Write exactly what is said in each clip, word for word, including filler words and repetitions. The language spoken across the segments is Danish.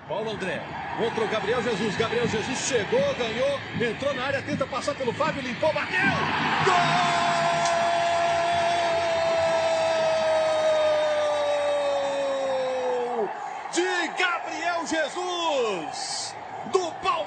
Paulo André contra o Gabriel Jesus. Gabriel Jesus chegou, ganhou, entrou na área, tenta passar pelo Fábio, limpou, bateu! Gol! De Gabriel Jesus, do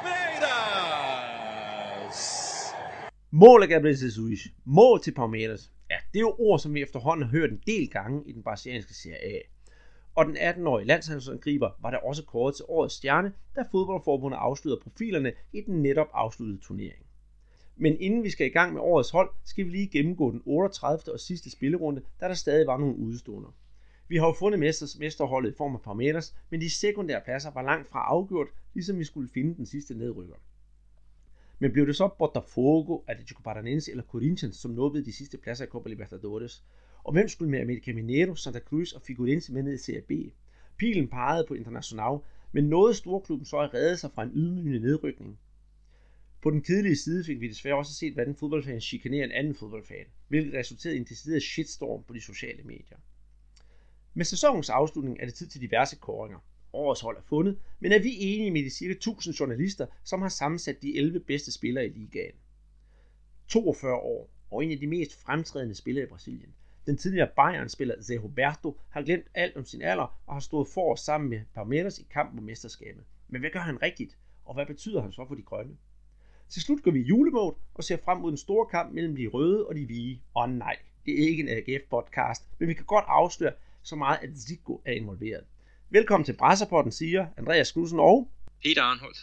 Palmeiras! Mål af Gabriel Jesus, mål til Palmeiras. Ja, det er jo ord, som vi efterhånden har hørt en del gange i den brasilianske Serie A. Og den atten-årige landsholdsangriber var der også kåret til årets stjerne, da fodboldforbundet afslørede profilerne i den netop afsluttede turnering. Men inden vi skal i gang med årets hold, skal vi lige gennemgå den otteogtredivte og sidste spillerunde, da der stadig var nogle udeståender. Vi har jo fundet mesters, mesterholdet i form af Palmeiras, men de sekundære pladser var langt fra afgjort, ligesom vi skulle finde den sidste nedrykker. Men blev det så Botafogo, Atlético Paranaense eller Corinthians, som nåede de sidste pladser i Copa Libertadores? Og hvem skulle med América Mineiro, Santa Cruz og Figueirense med ned i Serie B? Pilen pegede på Internacional, men nåede storklubben så at redde sig fra en ydmygende nedrykning. På den kedelige side fik vi desværre også set, hvordan fodboldfans chikanerer en anden fodboldfan, hvilket resulterede i en decideret shitstorm på de sociale medier. Med sæsonens afslutning er det tid til diverse kåringer. Årets hold er fundet, men er vi enige med de cirka tusind journalister, som har sammensat de elleve bedste spillere i ligaen. toogfyrre år og en af de mest fremtrædende spillere i Brasilien. Den tidligere Bayern-spiller Zé Roberto har glemt alt om sin alder og har stået for os sammen med Palmeiras i kampen om mesterskabet. Men hvad gør han rigtigt, og hvad betyder han så for de grønne? Til slut går vi i julemode og ser frem mod den store kamp mellem de røde og de hvide. Og nej, det er ikke en A G F-podcast, men vi kan godt afsløre så meget, at Zico er involveret. Velkommen til Brasserpotten, siger Andreas Knudsen og Peter Arnholdt.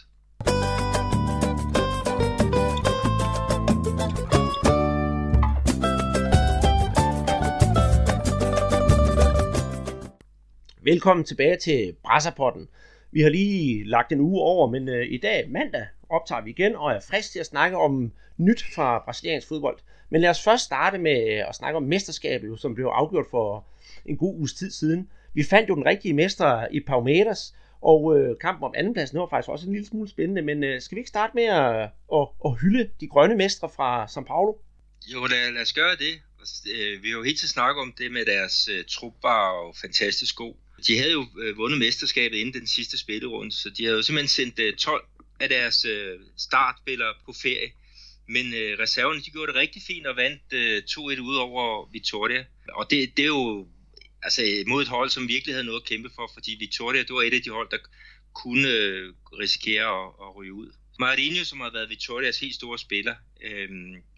Velkommen tilbage til Brasserpotten. Vi har lige lagt en uge over, men øh, i dag mandag optager vi igen og er frisk til at snakke om nyt fra brasiliansk fodbold. Men lad os først starte med at snakke om mesterskabet, som blev afgjort for en god uges tid siden. Vi fandt jo den rigtige mester i Palmeiras, og øh, kampen om andenpladsen var faktisk også en lille smule spændende. Men øh, skal vi ikke starte med at, at, at hylde de grønne mestre fra São Paulo? Jo, lad, lad os gøre det. Vi har jo helt til snakket om det med deres uh, trup var jo fantastisk god. De havde jo uh, vundet mesterskabet inden den sidste spillerunde, så de havde jo simpelthen sendt uh, tolv af deres uh, startspillere på ferie. Men uh, reserverne, de gjorde det rigtig fint og vandt uh, to et ud over Vitória. Og det, det er jo altså mod et hold, som virkelig havde noget at kæmpe for, fordi Vitória, det var et af de hold, der kunne uh, risikere at, at ryge ud. Marinho, som har været Vitórias helt store spiller, øh,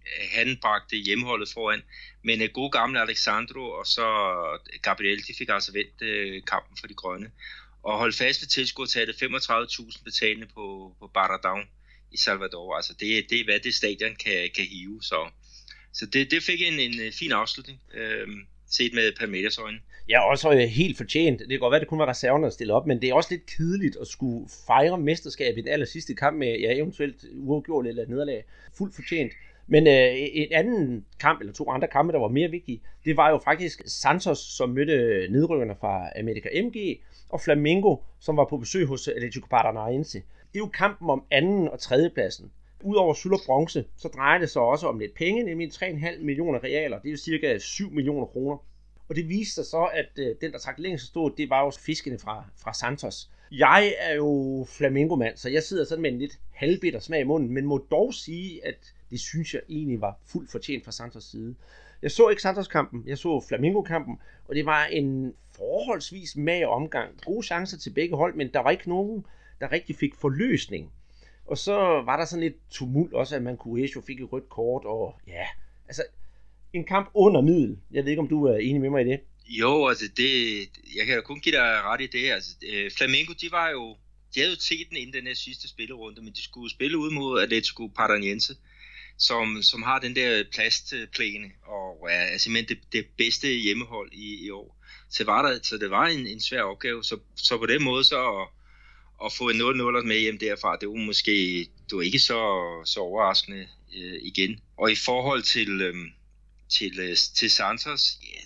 han bragte hjemmeholdet foran, men øh, gode gamle Alexandro og så Gabriel, de fik altså vendt øh, kampen for de grønne. Og holdt fast ved tilskuertallet femogtredive tusind betalende på, på Baradão i Salvador. Altså det, det er, hvad det stadion kan, kan hive. Så, så det, det fik en, en fin afslutning, øh, set med Palmeiras øjne. Ja, også helt fortjent. Det kan godt være, det kun var reserven, der stille op, men det er også lidt kedeligt at skulle fejre mesterskabet i den aller sidste kamp med ja, eventuelt uafgjort eller nederlag. Fuldt fortjent. Men øh, en anden kamp, eller to andre kampe, der var mere vigtige, det var jo faktisk Santos, som mødte nedrykkerne fra América M G, og Flamengo, som var på besøg hos Atlético Paranaense. Det er jo kampen om anden og tredje pladsen. Udover sølv og bronze, så drejer det sig også om lidt penge, nemlig tre komma fem millioner realer. Det er jo cirka syv millioner kroner. Og det viste sig så, at øh, den, der trak længst stå, det var jo fiskene fra, fra Santos. Jeg er jo Flamengo-mand, så jeg sidder sådan med en lidt halvbitter smag i munden, men må dog sige, at det synes jeg egentlig var fuldt fortjent fra Santos side. Jeg så ikke Santos-kampen, jeg så Flamengo-kampen, og det var en forholdsvis mager omgang. Gode chancer til begge hold, men der var ikke nogen, der rigtig fik forløsning. Og så var der sådan lidt tumult også, at Mancuello fik et rødt kort, og ja, altså en kamp under middel. Jeg ved ikke, om du er enig med mig i det? Jo, altså det, jeg kan jo kun give dig ret i det. Altså, Flamengo, de var jo, de havde jo teten inden den her sidste spillerunde, men de skulle spille ud mod Atlético Paranaense, som, som har den der plastplæne, og er simpelthen det, det bedste hjemmehold i, i år. Så, var der, så det var en, en svær opgave, så, så på den måde så at, at få en nul nul med hjem derfra, det var måske det var ikke så, så overraskende øh, igen. Og i forhold til, øh, til, til Santos, ja,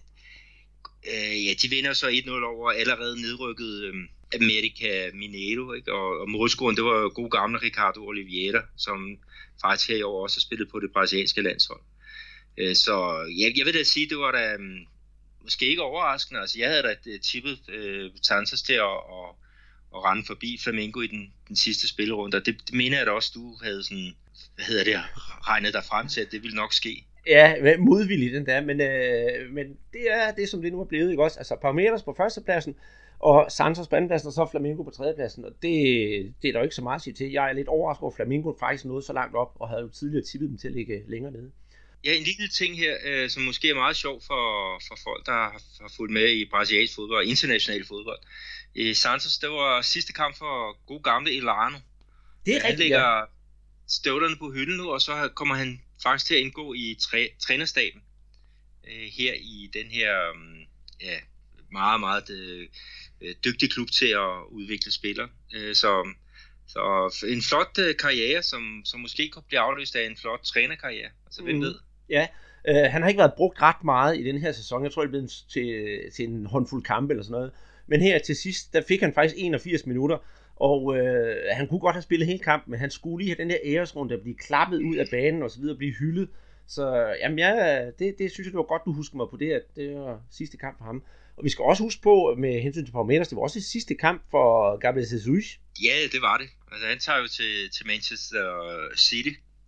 øh, ja, de vinder så et nul over allerede nedrykket øh, América Mineiro, ikke? Og, og målscoren, det var god gamle Ricardo Oliveira, som faktisk her i år også har spillet på det brasilianske landshold. Øh, så ja, jeg vil da sige, det var da um, måske ikke overraskende. Altså, jeg havde da tippet øh, Santos til at, at, at rende forbi Flamengo i den, den sidste spillerunde. Og det, det mener jeg da også, du havde sådan, hvad hedder det, regnet dig frem til, at det ville nok ske. Ja, modvilligt den der, men, øh, men det er det, som det nu er blevet, ikke også? Altså Palmeiras på førstepladsen, og Santos på andenpladsen, og så Flamengo på tredjepladsen, og det, det er der jo ikke så meget at sige til. Jeg er lidt overrasket over, at Flamengo faktisk nåede så langt op, og havde jo tidligere tippet dem til at ligge længere nede. Ja, en lille ting her, øh, som måske er meget sjov for, for folk, der har, har fulgt med i brasiliansk fodbold og international fodbold. I Santos, det var sidste kamp for god gamle Elano. Det er han rigtigt, lægger ja. støvlerne på hylden nu, og så kommer han faktisk til at indgå i træ, trænerstaben øh, her i den her øh, ja, meget, meget øh, dygtige klub til at udvikle spillere. Øh, så, så en flot øh, karriere, som, som måske kan blive afløst af en flot trænerkarriere. Altså, hvem mm. ved? Ja, øh, han har ikke været brugt ret meget i den her sæson. Jeg tror, det er blevet til, til en håndfuld kampe eller sådan noget. Men her til sidst, der fik han faktisk enogfirs minutter, og øh, han kunne godt have spillet hele kampen, men han skulle lige have den der æresrunde, at blive klappet ud af banen og så videre, blive hyldet. Så jamen, ja, det, det synes jeg, det var godt, du husker mig på det, at det var sidste kamp for ham. Og vi skal også huske på, med hensyn til Palmeiras, det var også det sidste kamp for Gabriel Jesus. Ja, det var det. Altså, han tager jo til, til Manchester City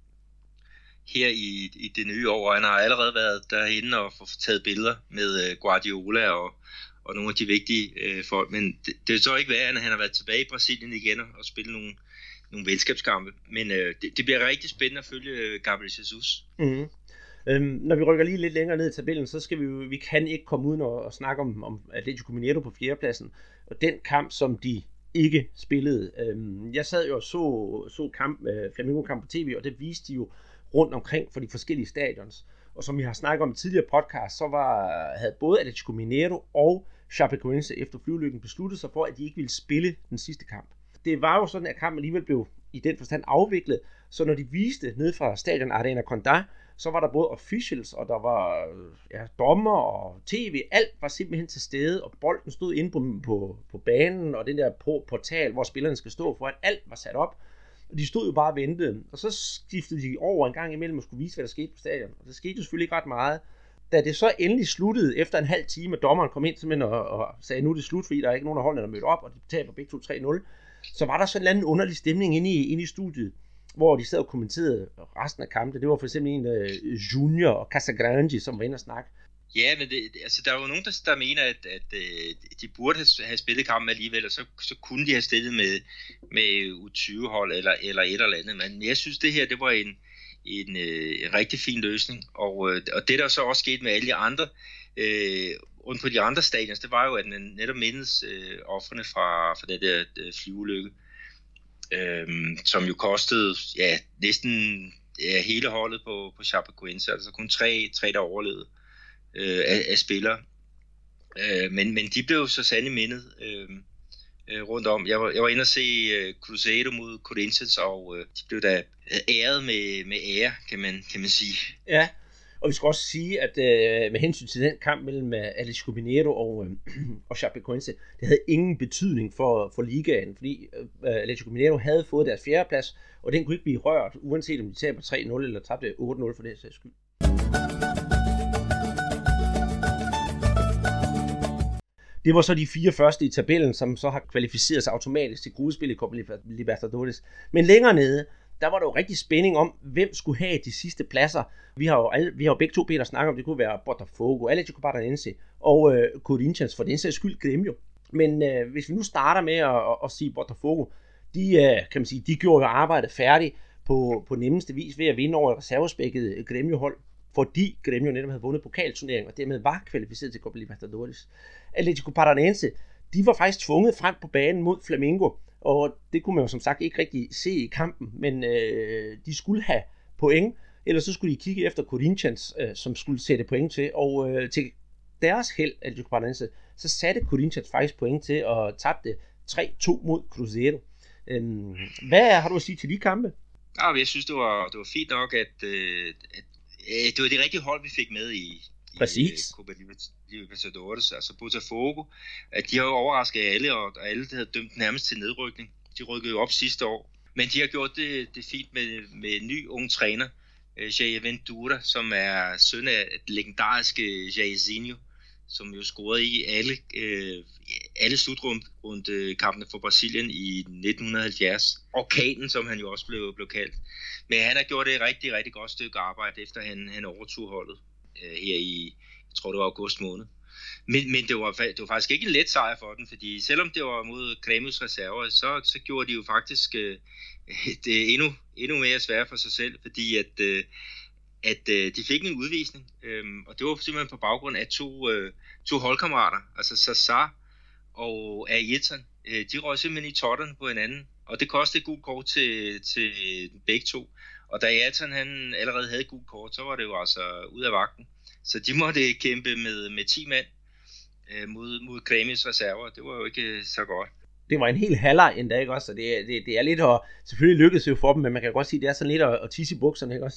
her i, i det nye år, og han har allerede været derinde og fået taget billeder med Guardiola og, og nogle af de vigtige øh, folk. Men det, det er så ikke værd, at han har været tilbage i Brasilien igen og, og spille nogle, nogle venskabskampe. Men øh, det, det bliver rigtig spændende at følge Gabriel Jesus. Mm-hmm. Øhm, når vi rykker lige lidt længere ned i tabellen, så skal vi jo, vi kan ikke komme uden at, at snakke om, om Atlético Mineiro på fjerdepladsen, og den kamp, som de ikke spillede. Øhm, jeg sad jo og så, så kamp, øh, Flamengo-kamp på tv, og det viste de jo rundt omkring for de forskellige stadions. Og som vi har snakket om i tidligere podcast, så var, havde både Atlético Mineiro og Chapecoense efter flyulykken besluttet sig for, at de ikke ville spille den sidste kamp. Det var jo sådan, at kampen alligevel blev i den forstand afviklet, så når de viste ned fra stadion Arena Condá, så var der både officials, og der var ja, dommer og tv, alt var simpelthen til stede, og bolden stod inde på, på, på banen, og den der portal, hvor spillerne skal stå for, at alt var sat op, og de stod jo bare og ventede, og så skiftede de over en gang imellem og skulle vise, hvad der skete på stadion, og det skete jo selvfølgelig ikke ret meget. Da det så endelig sluttede efter en halv time, og dommeren kom ind simpelthen og, og sagde, nu er det slut, fordi der er ikke nogen af holdene, der mødte op, og de taber begge to tre nul, så var der sådan en eller anden underlig stemning inde i, inde i studiet, hvor de sad og kommenterede resten af kampen. Det var for eksempel en uh, Junior og Casagrande, som var inde og snakke. Ja, men det, altså, der er jo nogen, der, der mener, at, at de burde have, have spillet kampen alligevel, og så, så kunne de have stillet med, med U tyve hold eller, eller et eller andet. Men jeg synes, det her det var en, en, en rigtig fin løsning. Og, og det, der så også skete med alle de andre, øh, rundt på de andre stadions, det var jo, at man netop mindes øh, offrene fra, fra det der øh, flyulykke. Øhm, som jo kostede ja, næsten ja, hele holdet på, på Chapecoense, altså kun tre, tre der overlevede øh, af, af spillere. Øh, men, men de blev så sandelig mindet øh, øh, rundt om. Jeg var, jeg var inde og se øh, Cruzeiro mod Corinthians, og øh, de blev da æret med, med ære, kan man, kan man sige. Ja, og vi skal også sige, at øh, med hensyn til den kamp mellem Atlético Mineiro og, øh, og Chapecoense, det havde ingen betydning for, for ligaen, fordi øh, Atlético Mineiro havde fået deres fjerdeplads, og den kunne ikke blive rørt, uanset om de taber tre nul eller tabte otte nul for det sags skyld. Det var så de fire første i tabellen, som så har kvalificeret sig automatisk til gruppespil i Copa Libertadores. Men længere nede, der var der jo rigtig spænding om, hvem skulle have de sidste pladser. Vi har jo, alle, vi har jo begge to Peter snakket om, det kunne være Botafogo, Atlético Paranaense og øh, Corinthians, for den sags skyld Grêmio. Men øh, hvis vi nu starter med at, at, at sige Botafogo, de, øh, kan man sige, de gjorde jo arbejdet færdigt på, på nemmeste vis ved at vinde over et reservespækket Grêmio-hold, fordi Grêmio netop havde vundet pokalturneringen, og dermed var kvalificeret til Copa Libertadores. Atlético Paranaense, de var faktisk tvunget frem på banen mod Flamengo, og det kunne man jo som sagt ikke rigtig se i kampen, men øh, de skulle have point, ellers så skulle de kigge efter Corinthians, øh, som skulle sætte point til, og øh, til deres held, Atlético Paranaense, så satte Corinthians faktisk point til og tabte tre to mod Cruzeiro. Øhm, hvad har du at sige til de kampe? Ja, jeg synes, det var, det var fint nok, at, øh, at øh, det var det rigtige hold, vi fik med i, i Copa Libertadores, altså Botafogo. At de har jo overrasket alle, og alle havde dømt nærmest til nedrykning. De rykkede jo op sidste år. Men de har gjort det, det fint med, med en ny ung træner, Jair Ventura, som er søn af et legendariske Jairzinho, som jo scorede i alle, øh, alle slutrundekampene for Brasilien i nitten halvfjerds. Orkanen, som han jo også blev, blev kaldt. Men han har gjort et rigtig, rigtig godt stykke arbejde, efter han, han overtog holdet øh, her i, jeg tror det var august måned. Men, men det, var, det var faktisk ikke en let sejr for den, fordi selvom det var mod Grêmios reserver, så, så gjorde de jo faktisk øh, det endnu, endnu mere svært for sig selv, fordi at, øh, at øh, de fik en udvisning, øh, og det var simpelthen på baggrund af to, øh, to holdkammerater, altså Sassar og Ayrton. Øh, de røg simpelthen i totterne på hinanden, og det kostede et gult kort til, til begge to. Og da Ayrton han allerede havde et gult kort, så var det jo altså ud af vagten. Så de måtte kæmpe med, med ti mand øh, mod, mod Grêmios reserver. Det var jo ikke så godt. Det var en helt halvleg endda, ikke også? Så det, det, det er lidt at, selvfølgelig lykkedes jo for dem, men man kan godt sige, det er sådan lidt at, at tisse i bukserne, ikke også?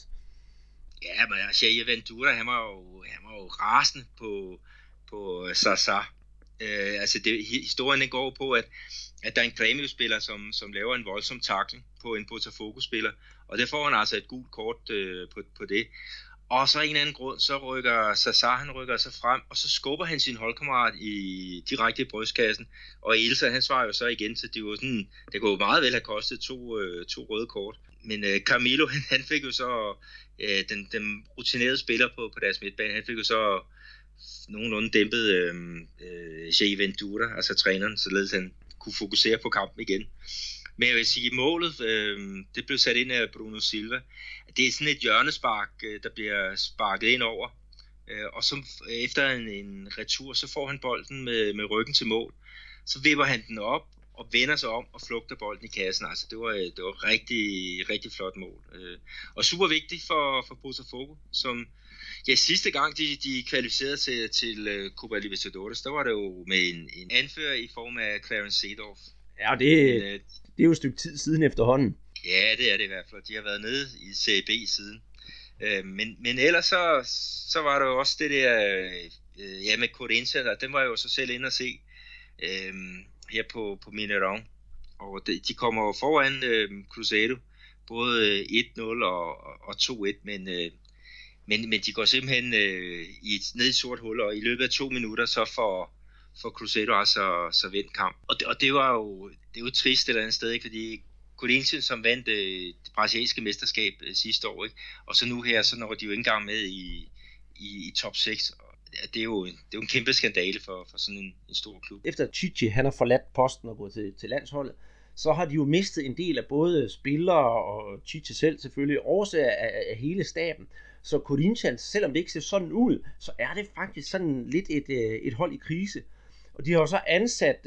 Ja, men Jair Ventura, han var jo, han var jo rasende på, på Sassar. Øh, altså det, historien den går på, at, at der er en Grêmio-spiller, som, som laver en voldsom tackling på en Botafogo-spiller, og det får han altså et gult kort øh, på, på det. Og så en eller anden grund, så rykker Sassar, han rykker sig frem, og så skubber han sin holdkammerat i direkte i brystkassen. Og Ilsa, han svarer jo så igen, så det var sådan, det kunne jo meget vel have kostet to, øh, to røde kort. Men øh, Camilo, han, han fik jo så, øh, den, den rutinerede spiller på, på deres midtbane, han fik jo så nogenlunde dæmpet øh, øh, Jair Ventura, altså træneren, således han kunne fokusere på kampen igen. Men jeg vil sige, målet, øh, det blev sat ind af Bruno Silva. Det er sådan et hjørnespark, øh, der bliver sparket ind over. Øh, og så efter en, en retur, så får han bolden med, med ryggen til mål. Så vipper han den op og vender sig om og flugter bolden i kassen. Altså, det var det var rigtig, rigtig flot mål. Øh, og super vigtigt for, for Botafogo, som ja, sidste gang de, de kvalificerede til, til uh, Copa Libertadores, der var det jo med en, en anfører i form af Clarence Seedorf. Ja, og det, Men, øh, det er jo et stykke tid siden efterhånden. Ja, det er det i hvert fald. De har været nede i C B siden. Øh, men, men ellers så, så var der jo også det der, øh, ja med Corinthians, og den var jeg jo så selv inde og se øh, her på, på Mineirão. Og de, de kommer jo foran øh, Cruzeiro, både et nul og, og to et, men, øh, men, men de går simpelthen øh, i et, ned i et sort hul, og i løbet af to minutter så får for Cruzeiro altså så vendt kamp. Og det, og det var jo det er jo trist et eller andet sted, ikke? Fordi Corinthians, som vandt øh, det brasilianske mesterskab øh, sidste år, ikke? Og så nu her, så når de jo ikke engang med i, i, i top seks. Og det er jo en, det er jo en kæmpe skandale for, for sådan en, en stor klub. Efter Chichi, han har forladt posten og gået til, til landsholdet, så har de jo mistet en del af både spillere og Chichi selv selvfølgelig, også af, af hele staben. Så Corinthians, selvom det ikke ser sådan ud, så er det faktisk sådan lidt et, et hold i krise. Og de har jo så ansat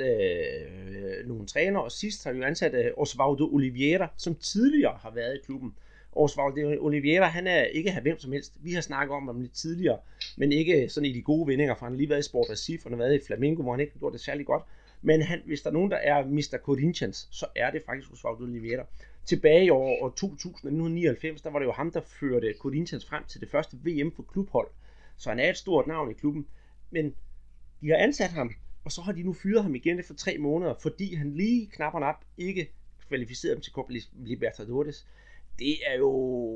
øh, nogle trænere, og sidst har de jo ansat øh, Osvaldo Oliveira, som tidligere har været i klubben. Osvaldo Oliveira, han er ikke her hvem som helst. Vi har snakket om ham lidt tidligere, men ikke sådan i de gode vendinger, for han har lige været i Sport Recife, og han har været i Flamengo, hvor han ikke har gjort det særlig godt. Men han, hvis der er nogen, der er mister Corinthians, så er det faktisk Osvaldo Oliveira. Tilbage i år, år to tusind nitten nioghalvfems, der var det jo ham, der førte Corinthians frem til det første V M for klubhold. Så han er et stort navn i klubben. Men de har ansat ham, og så har de nu fyret ham igen efter tre måneder, fordi han lige knap og nap ikke kvalificerede dem til Copa Libertadores. Det er jo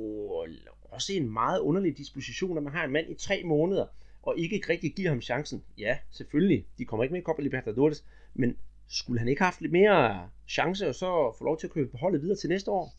også en meget underlig disposition, at man har en mand i tre måneder, og ikke rigtig giver ham chancen. Ja, selvfølgelig, de kommer ikke med i Copa Libertadores, men skulle han ikke have haft lidt mere chance, og så få lov til at købe holdet videre til næste år?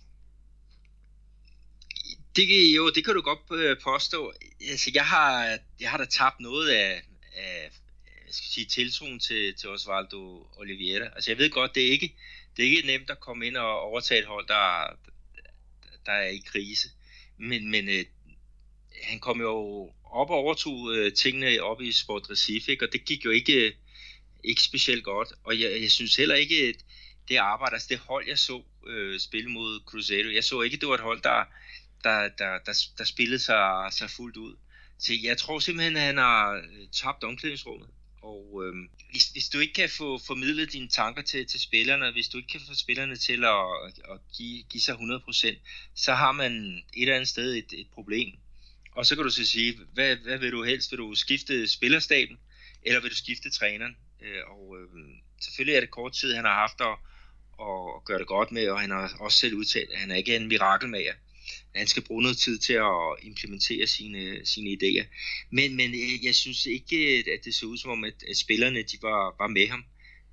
Det, jo, det kan du godt påstå. Altså, jeg har, jeg har da tabt noget af, af jeg skal sige, tiltroen til, til Osvaldo Oliveira. Altså, jeg ved godt, det er ikke, det er ikke nemt at komme ind og overtage et hold, der, der er i krise. Men, men øh, han kom jo op og overtog øh, tingene op i Sport Recife, ikke? Og det gik jo ikke, ikke specielt godt. Og jeg, jeg synes heller ikke, at det arbejde, altså det hold, jeg så øh, spille mod Cruzeiro, jeg så ikke, det var et hold, der, der, der, der, der spillede sig, sig fuldt ud. Så jeg tror simpelthen, at han har tabt omklædningsrummet. Og øh, hvis, hvis du ikke kan få formidlet dine tanker til, til spillerne, hvis du ikke kan få spillerne til at, at give, give sig hundrede procent, så har man et eller andet sted et, et problem. Og så kan du så sige, hvad, hvad vil du helst? Vil du skifte spillerstaben, eller vil du skifte træneren? Øh, og øh, selvfølgelig er det kort tid, han har haft at, at gøre det godt med, og han har også selv udtalt, at han er ikke en mirakelmager. Han skal bruge noget tid til at implementere sine, sine idéer. Men, men jeg synes ikke, at det så ud som om, at, at spillerne de var, var med ham.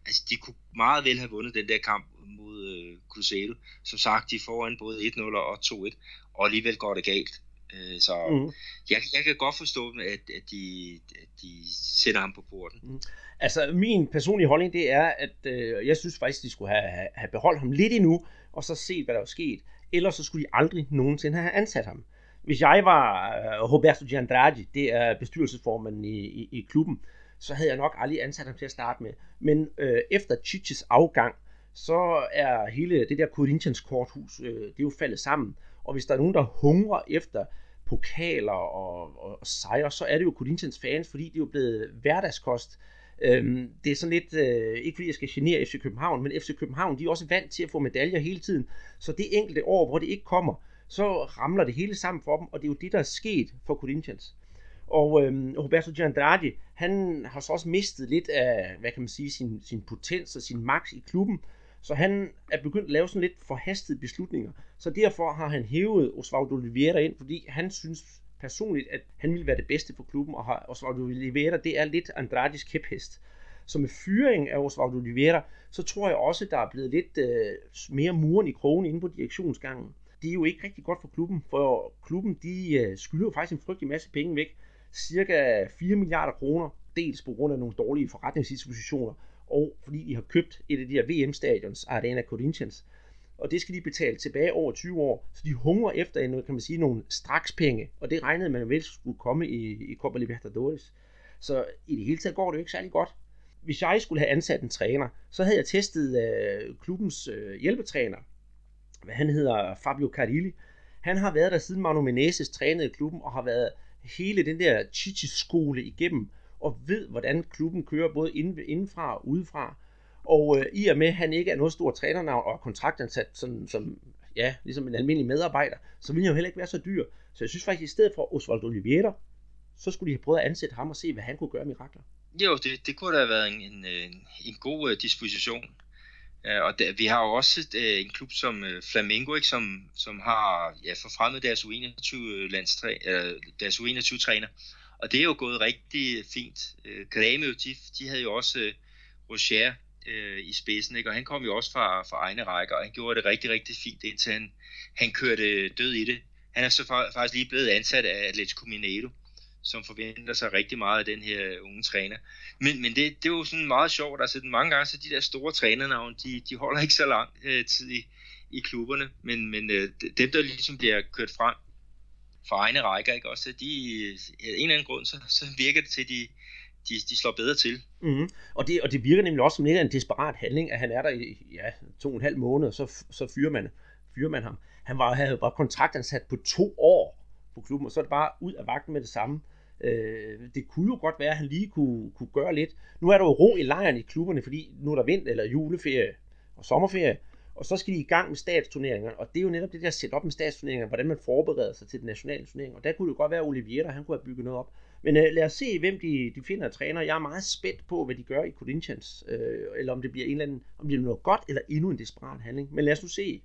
altså de kunne meget vel have vundet den der kamp mod øh, Cruzeiro. Som sagt, de får en både et nul og to et, og alligevel går det galt. Øh, så mm. jeg, jeg kan godt forstå, at, at, de, at de sætter ham på porten. Mm. Altså min personlige holdning, det er, at øh, jeg synes faktisk, de skulle have, have beholdt ham lidt endnu, og så set, hvad der var sket. Ellers så skulle de aldrig nogensinde have ansat ham. Hvis jeg var uh, Roberto Giandradi, det er bestyrelsesformanden i, i, i klubben, så havde jeg nok aldrig ansat ham til at starte med. Men øh, efter Chichis afgang, så er hele det der Corinthians korthus, øh, det er jo faldet sammen. Og hvis der er nogen, der hungrer efter pokaler og, og, og sejre, så er det jo Corinthians fans, fordi det er jo blevet hverdagskost. Øhm, det er sådan lidt, øh, ikke fordi jeg skal genere F C København, men F C København, de er også vant til at få medaljer hele tiden. Så det enkelte år, hvor det ikke kommer, så ramler det hele sammen for dem, og det er jo det, der er sket for Corinthians. Og øhm, Roberto Giandradi, han har så også mistet lidt af, hvad kan man sige, sin, sin potens og sin magt i klubben, så han er begyndt at lave sådan lidt forhastede beslutninger. Så derfor har han hævet Osvaldo Oliveira ind, fordi han synes personligt, at han ville være det bedste for klubben, og Osvaldo Oliveira, det er lidt Andradis kæphest. Så med fyring af Osvaldo Oliveira, så tror jeg også, der er blevet lidt øh, mere muren i krogen inde på direktionsgangen. Det er jo ikke rigtig godt for klubben, for klubben, de øh, skylder jo faktisk en frygtelig masse penge væk. Cirka fire milliarder kroner, dels på grund af nogle dårlige forretningsdispositioner, og fordi de har købt et af de her V M-stadions, Arena Corinthians. Og det skal de betale tilbage over tyve år, så de hungrer efter en, kan man sige, nogle strakspenge, og det regnede man vel skulle komme i, i Copa Libertadores. Så i det hele taget går det jo ikke særlig godt. Hvis jeg skulle have ansat en træner, så havde jeg testet øh, klubbens øh, hjælpetræner, hvad han hedder, Fabio Carilli. Han har været der siden Manu Menezes trænede klubben, og har været hele den der Chichi-skole igennem, og ved, hvordan klubben kører både indenfra og udefra. Og øh, i og med, at han ikke er noget stort trænernavn og kontraktansat sådan, som, ja, ligesom en almindelig medarbejder, så vil han jo heller ikke være så dyr. Så jeg synes faktisk, at i stedet for Osvaldo Oliveira, så skulle de have prøvet at ansætte ham og se, hvad han kunne gøre mirakler. Jo, det, det kunne da have været en, en, en god uh, disposition. Uh, og der, vi har jo også uh, en klub som uh, Flamengo, ikke, som, som har ja, forfremmet deres U enogtyve-træner. Uh, deres U enogtyve-træner. Og det er jo gået rigtig fint. Uh, Grêmio, de, de havde jo også uh, Rocher uh, i spidsen, ikke? Og han kom jo også fra, fra egne rækker, og han gjorde det rigtig, rigtig fint, indtil han, han kørte død i det. Han er så faktisk lige blevet ansat af Atletico Mineiro, som forventer sig rigtig meget af den her unge træner. Men, men det, det er jo sådan meget sjovt, altså mange gange så de der store trænernavne, de, de holder ikke så lang øh, tid i, i klubberne, men, men øh, dem der ligesom bliver kørt frem fra egne rækker, ikke også, de, af en eller anden grund, så, så virker det til, at de, de, de slår bedre til. Mm-hmm. Og, det, og det virker nemlig også som lidt af en desperat handling, at han er der i ja, to og en halv måned, og så, så fyrer, man, fyrer man ham. Han var, havde bare kontraktansat på to år på klubben, og så er det bare ud af vagten med det samme. Øh, det kunne jo godt være, at han lige kunne, kunne gøre lidt. Nu er der jo ro i lejren i klubberne, fordi nu er der vinter- eller juleferie og sommerferie, og så skal de i gang med statsturneringer, og det er jo netop det der sæt op med statsturneringer, hvordan man forbereder sig til den nationale turnering, og der kunne det godt være, at Oliveira, han kunne have bygget noget op. Men øh, lad os se, hvem de, de finder af træner. Jeg er meget spændt på, hvad de gør i Corinthians, øh, eller om det bliver en eller anden, om det bliver noget godt, eller endnu en desperat handling. Men lad os nu se.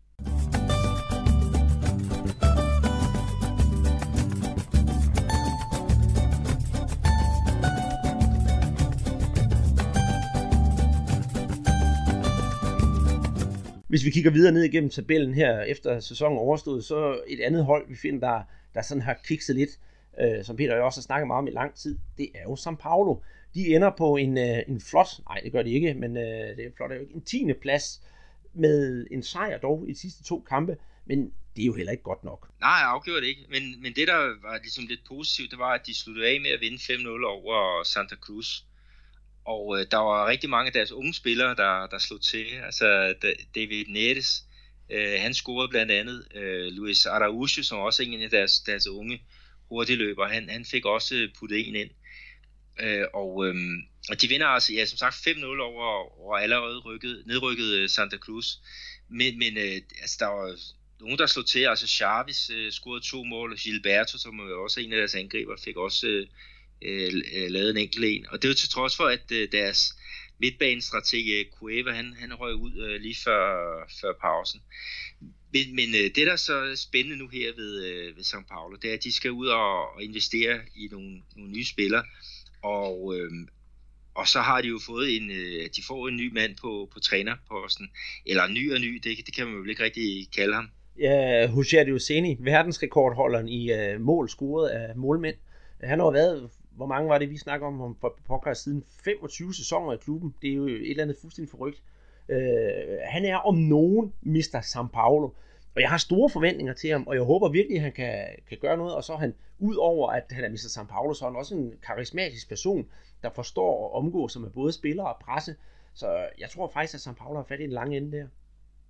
Hvis vi kigger videre ned igennem tabellen her, efter sæsonen overstået, så et andet hold, vi finder, der, der sådan har kikset lidt, øh, som Peter også har snakket meget om i lang tid, det er jo São Paulo. De ender på en, øh, en flot, nej det gør de ikke, men øh, det er flot, en tiende plads med en sejr dog i de sidste to kampe, men det er jo heller ikke godt nok. Nej, jeg afgjorde det ikke, men, men det der var ligesom lidt positivt, det var, at de sluttede af med at vinde fem nul over Santa Cruz. Og øh, der var rigtig mange af deres unge spillere, der, der slog til. Altså David Neres, øh, han scorede blandt andet. Øh, Luis Araújo, som også er en af deres, deres unge hurtigløbere, han, han fik også puttet en ind. Øh, og, øh, og de vinder altså, ja, som sagt, fem nul over, over allerede rykket, nedrykket Santa Cruz. Men, men øh, altså, der var nogen, der slog til. Altså Chaves øh, scorede to mål, og Gilberto, som er også en af deres angriber, fik også Øh, Øh, lavet en enkelt en, og det er jo til trods for, at øh, deres midtbanestrateg Cueva, han, han røg ud øh, lige før, før pausen. Men, men øh, det der så er spændende nu her ved, øh, ved São Paulo, det er, at de skal ud og, og investere i nogle, nogle nye spillere, og, øh, og så har de jo fået en, øh, de får en ny mand på, på trænerposten, eller ny og ny, det, det kan man jo ikke rigtig kalde ham. Ja, Hussein Husseini, verdensrekordholderen i uh, mål scoret af målmænd. Han har været, hvor mange var det, vi snakker om, om for podcast siden femogtyve sæsoner i klubben. Det er jo et eller andet fuldstændig forrygt. Uh, han er om nogen mister São Paulo, og jeg har store forventninger til ham, og jeg håber virkelig, at han kan, kan gøre noget, og så er han, ud over at han er mister São Paulo, så er han også en karismatisk person, der forstår at omgå sig med både spillere og presse. Så jeg tror faktisk, at São Paulo har fat i en lang ende der.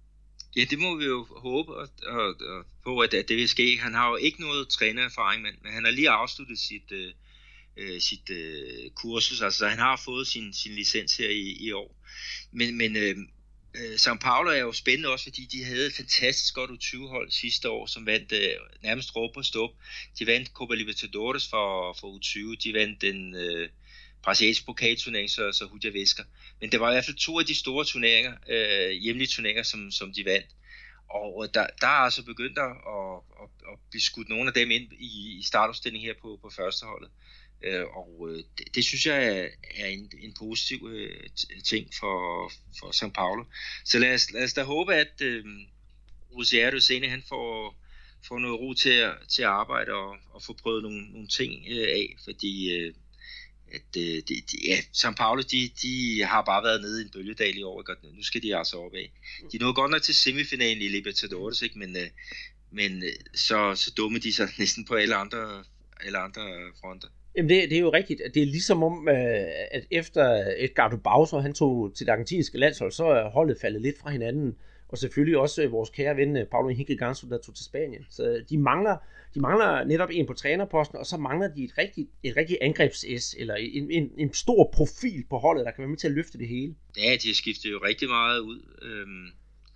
Ja, det må vi jo håbe og, og, og på, at, at det vil ske. Han har jo ikke noget trænererfaring, men, men han har lige afsluttet sit, øh, sit øh, kursus, altså han har fået sin, sin licens her i, i år. Men, men øh, São Paulo er jo spændende også, fordi de havde et fantastisk godt U tyve hold sidste år, som vandt øh, nærmest råb og stop. De vandt Copa Libertadores for, for U tyve, de vandt den øh, brasilianske pokalturnering, så, så Hudia Væsker. Men det var i hvert fald to af de store turneringer, øh, hjemlige turneringer, som, som de vandt. Og der, der er altså begyndt at, at, at, at blive skudt nogle af dem ind i, i startopstillingen her på, på førsteholdet. Øh, og øh, det, det synes jeg er, er en, en positiv øh, ting for, for São Paulo. Så lad os, lad os da håbe, at øh, Rosario Husseini, han får, får noget ro til at, til at arbejde og, og få prøvet nogle, nogle ting øh, af, fordi øh, at, øh, de, de, ja, São Paulo, de, de har bare været nede i en bølgedal i år, ikke? Nu skal de altså opad. De nåede godt nok til semifinalen i Libertadores, ikke? Men, øh, men så, så dumme de sig næsten på alle andre, alle andre fronter. Jamen det, det er jo rigtigt, det er ligesom om, at efter Edgardo Bauser, han tog til det argentinske landshold, så er holdet faldet lidt fra hinanden, og selvfølgelig også vores kære ven, Paulo Henrique Ganso, der tog til Spanien. Så de mangler, de mangler netop en på trænerposten, og så mangler de et rigtigt, et rigtigt angrebs-S, eller en, en, en stor profil på holdet, der kan være med til at løfte det hele. Ja, de har skiftet jo rigtig meget ud. Øhm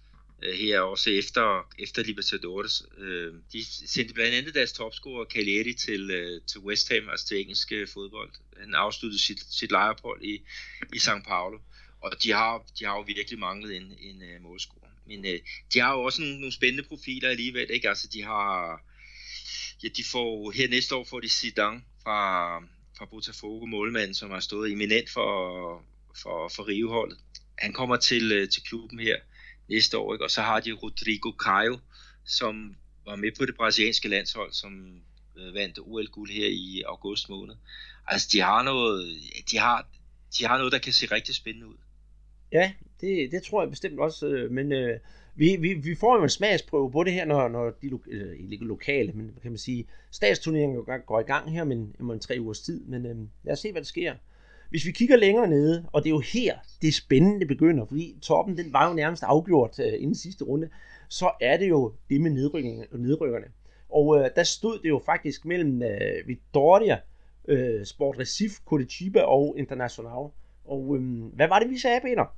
her også efter, efter Libertadores. Øh, de sendte blandt andet deres topscorer Cagliari til, øh, til West Ham, altså til engelsk øh, fodbold. Han afsluttede sit, sit lejeophold i, i São Paulo, og de har, de har jo virkelig manglet en, en uh, målscorer. Men øh, de har jo også nogle, nogle spændende profiler alligevel, ikke? Altså de har, ja, de får, her næste år får de Zidane fra, fra Botafogo, målmanden, som har stået eminent for, for, for Rio-holdet. Han kommer til, øh, til klubben her næste år, ikke? Og så har de Rodrigo Caio, som var med på det brasilianske landshold, som øh, vandt O L-guld her i august måned. Altså, de har noget, de har, de har noget, der kan se rigtig spændende ud. Ja, det, det tror jeg bestemt også, men øh, vi, vi, vi får jo en smagsprøve på det her, når, når de øh, ikke lokale, men kan man sige, statsturneringen går i gang her om en, en tre ugers tid, men øh, lad os se, hvad der sker. Hvis vi kigger længere nede, og det er jo her, det spændende begynder, fordi toppen, den var jo nærmest afgjort uh, inden sidste runde, så er det jo det med nedrykkerne. Og uh, der stod det jo faktisk mellem uh, Vitória, uh, Sport Recife, Curitiba og Internacional. Og um, hvad var det, vi sagde, Peter?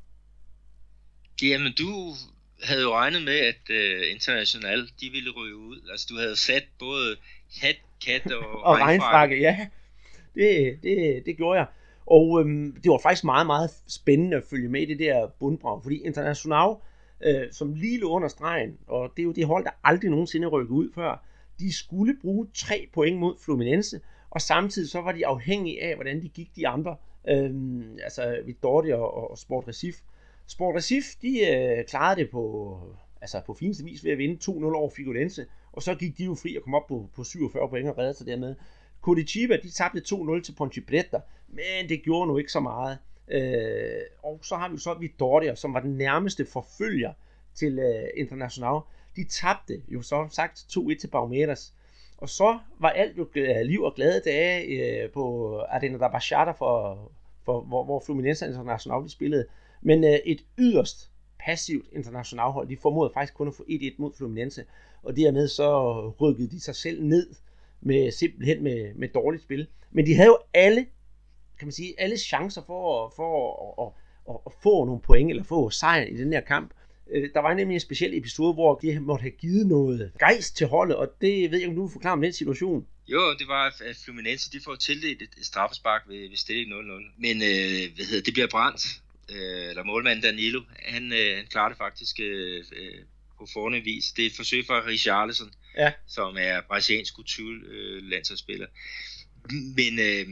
Jamen, du havde jo regnet med, at uh, Internacional, de ville ryge ud. Altså, du havde sat både hat, kat og, og regnfrakke. Ja, det, det, det gjorde jeg. Og øhm, det var faktisk meget, meget spændende at følge med i det der bundbrag, fordi Internacional, øh, som lige lå under stregen, og det er jo det hold, der aldrig nogensinde rykket ud før, de skulle bruge tre point mod Fluminense, og samtidig så var de afhængige af, hvordan de gik de andre, øhm, altså Vitória og, og Sport Recife. Sport Recife, de øh, klarede det på, altså på fineste vis ved at vinde to nul over Figueirense, og så gik de jo fri og kom op på, på syvogfyrre point og redde sig dermed. Curitiba, de tabte to nul til Ponte Preta, men det gjorde nu ikke så meget. Øh, og så har vi så Vitória, som var den nærmeste forfølger til øh, Internacional. De tabte jo så sagt to et til Palmeiras. Og så var alt jo liv og glade dage øh, på Arena da Baixada, for, for, hvor, hvor Fluminense Internacional de spillede. Men øh, et yderst passivt Internacionalhold, de formåede faktisk kun at få et et mod Fluminense. Og dermed så rykkede de sig selv ned med simpelthen med, med dårligt spil. Men de havde jo alle, kan man sige, alle chancer for, for at, at, at, at få nogle point, eller få sejr i den her kamp. Der var nemlig en speciel episode, hvor de måtte have givet noget gejst til holdet, og det ved jeg, om du vil forklare om den situation. Jo, det var, at Fluminense, de får tildelt et straffespark ved, ved stilling nul nul. Men øh, hvad hedder, det bliver brændt. Øh, eller målmanden Danilo, han, øh, han klarer det faktisk øh, på fornem vis. Det er et forsøg fra Richarlison, ja, som er brasiliansk U tyve landsholdsspiller. Men øh,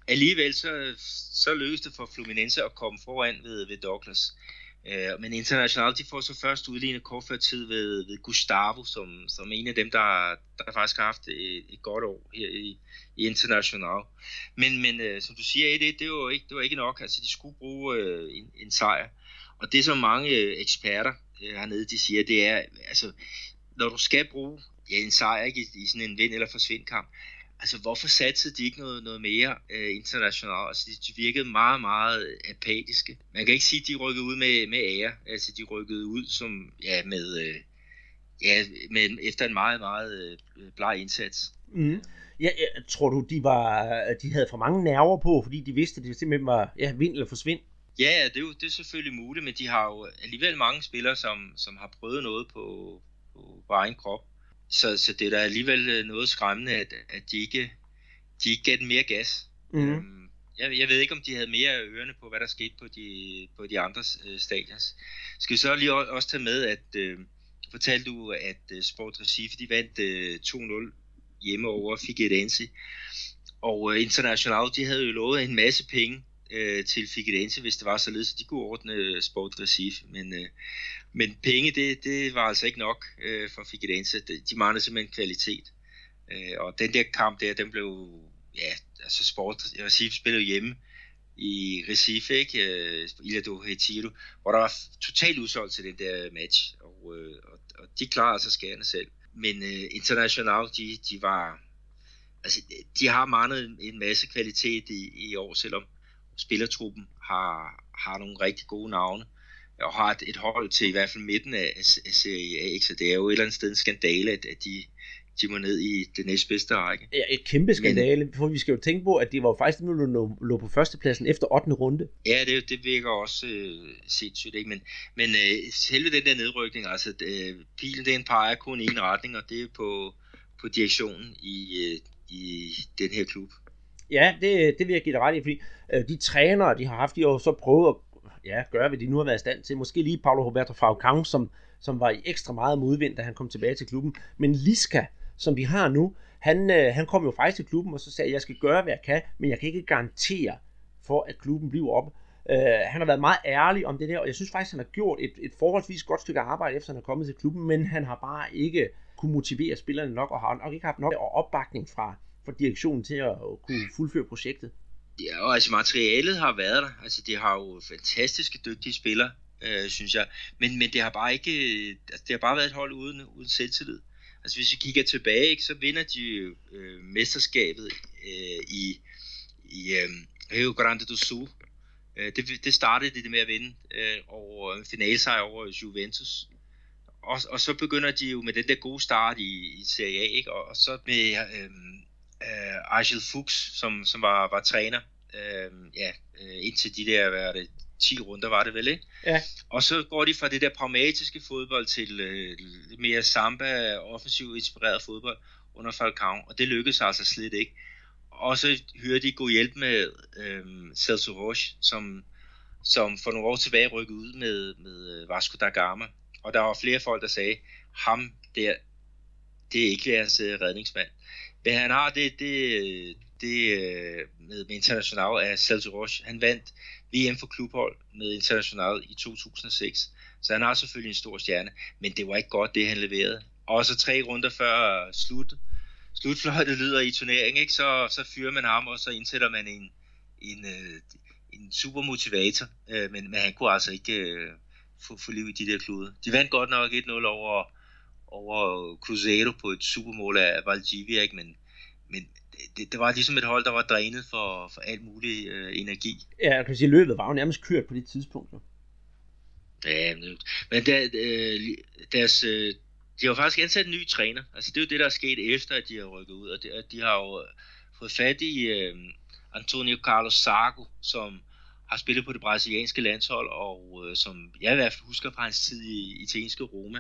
alligevel så, så lykkedes det for Fluminense at komme foran ved, ved Douglas. Uh, men Internacional, de får så først udlignet kort før tid ved, ved Gustavo, som, som en af dem, der, der faktisk har haft et, et godt år her i, i Internacional. Men, men uh, som du siger, det, det, var ikke, det var ikke nok. Altså, de skulle bruge uh, en, en sejr. Og det, som mange uh, eksperter uh, hernede, de siger, det er, altså, når du skal bruge ja, en sejr ikke, i, i sådan en vind- eller forsvind-kamp, altså, hvorfor satsede de ikke noget, noget mere uh, internationalt? Altså, de, de virkede meget, meget apatiske. Man kan ikke sige, at de rykkede ud med, med ære. Altså, de rykkede ud som, ja, med, uh, ja, med, efter en meget, meget uh, bleg indsats. Mm. Ja, jeg tror du, de, var, de havde for mange nerver på, fordi de vidste, at det simpelthen var ja, vind eller forsvind? Ja, det er jo det er selvfølgelig muligt, men de har jo alligevel mange spillere, som, som har prøvet noget på, på, på egen krop. Så, så det er da alligevel noget skræmmende, at, at de ikke de ikke gav den mere gas. Mm. Øhm, jeg, jeg ved ikke, om de havde mere ørerne på, hvad der skete på de, på de andre øh, stadions. Skal vi så lige også tage med, at øh, fortalte du, at øh, Sport Recife, de vandt øh, to nul hjemme over Figueirense. Og øh, Internacional, de havde jo lovet en masse penge øh, til Figueirense, hvis det var således, at de kunne ordne øh, Sport Recife. Men, øh, men penge, det, det var altså ikke nok øh, for Figueirense. De manglede simpelthen kvalitet. Øh, og den der kamp der, den blev, ja, altså Sport Recife spillede hjemme i Recife, ikke? Øh, Ilha do Retiro, hvor der var totalt udsolgt til den der match. Og, øh, og, og de klarede altså skærene selv. Men øh, Internacional, de, de var, altså de har manglet en masse kvalitet i, i år, selvom spillertruppen har, har nogle rigtig gode navne, og har et, et hold til i hvert fald midten af, af Serie A, så det er jo et eller andet sted en skandale, at, at de, de må ned i det næstbedste række. Ja, et kæmpe skandale, for vi skal jo tænke på, at det var faktisk nu lå, lå på førstepladsen efter ottende runde. Ja, det, det virker også øh, sindssygt, ikke? Men, men øh, selve den der nedrykning, altså øh, pilen den peger kun i en retning, og det er på, på direktionen i, øh, i den her klub. Ja, det, det vil jeg give dig ret i, fordi øh, de trænere, de har haft, de har jo så prøvet at ja, gøre, hvad de nu har været i stand til. Måske lige Paulo Roberto Falcão, som, som var i ekstra meget modvind, da han kom tilbage til klubben. Men Lisca, som de har nu, han, øh, han kom jo faktisk til klubben og så sagde, jeg skal gøre, hvad jeg kan, men jeg kan ikke garantere for, at klubben bliver oppe. Øh, han har været meget ærlig om det der, og jeg synes faktisk, han har gjort et, et forholdsvis godt stykke arbejde, efter han er kommet til klubben, men han har bare ikke kunne motivere spillerne nok, og har nok ikke haft nok opbakning fra, fra direktionen til at kunne fuldføre projektet. Ja, og altså materialet har været der. Altså de har jo fantastiske dygtige spillere, øh, synes jeg. Men, men det har bare ikke, altså, det har bare været et hold uden, uden selvtillid. Altså hvis vi kigger tilbage, ikke, så vinder de øh, mesterskabet øh, i, i øh, Rio Grande do Sul. Øh, det, det startede de med at vinde øh, over en finalesejr over Juventus. Og, og så begynder de jo med den der gode start i, i Serie A, ikke? Og, og så med øh, øh, Argel Fuchs, som, som var, var træner, øh, ja, øh, indtil de der, hvad er det, ti runder var det vel, ikke? Ja. Og så går de fra det der pragmatiske fodbold til øh, mere samba, offensivt inspireret fodbold under Falcão, og det lykkedes altså slet ikke. Og så hører de god hjælp med øh, Celso Roche, som, som for nogle år tilbage rykkede ud med, med Vasco da Gama. Og der var flere folk, der sagde, ham der, det er ikke deres uh, redningsmand. Men han har det, det, det med, med Internacional af Celso Roche. Han vandt V M for klubhold med Internacional i to tusind og seks. Så han har selvfølgelig en stor stjerne, men det var ikke godt, det han leverede. Og så tre runder før slut, slutfløjtet lyder i turneringen, ikke? Så, så fyrer man ham, og så indsætter man en, en, en, en super motivator. Men, men han kunne altså ikke få, få liv i de der klude. De vandt godt nok et nul over, over Cruzeiro på et supermål af Valdivia, ikke? Men, men det, det var ligesom et hold, der var drænet for, for alt mulig øh, energi. Ja, jeg kan sige, løbet var jo nærmest kørt på det tidspunkt. Jo. Ja, men der, øh, deres, øh, de har jo faktisk ansat en ny træner. Altså det er jo det, der er sket efter, at de har rykket ud. Og de, de har jo fået fat i øh, Antonio Carlos Zago, som har spillet på det brasilianske landshold, og øh, som jeg i hvert fald husker fra hans tid i italienske Roma.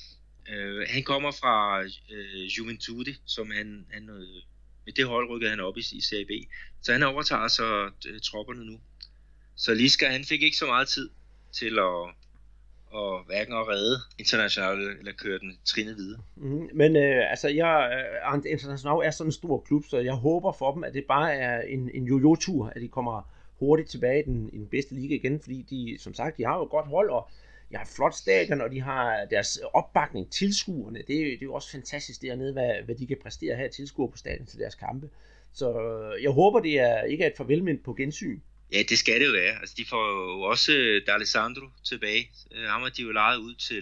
Øh, han kommer fra øh, Juventude, som han, han øh, med det hold rykkede han op i, i Serie B. Så han overtager så øh, tropperne nu. Så Lisca, han fik ikke så meget tid til at, og hverken at redde International eller køre den trinnet videre. Mm, men øh, altså, jeg, øh, International er sådan en stor klub, så jeg håber for dem, at det bare er en, en jo-jo-tur, at de kommer hurtigt tilbage i den, i den bedste liga igen, fordi de, som sagt, de har jo et godt hold, og de har et flot stadion, og de har deres opbakning, tilskuerne, det, det er jo også fantastisk dernede, hvad, hvad de kan præstere her tilskuere på stadion til deres kampe. Så jeg håber, det er ikke er et farvelmænd på gensyn. Ja, det skal det jo være. Altså, de får jo også D'Alessandro tilbage. Ham har de jo lejet ud til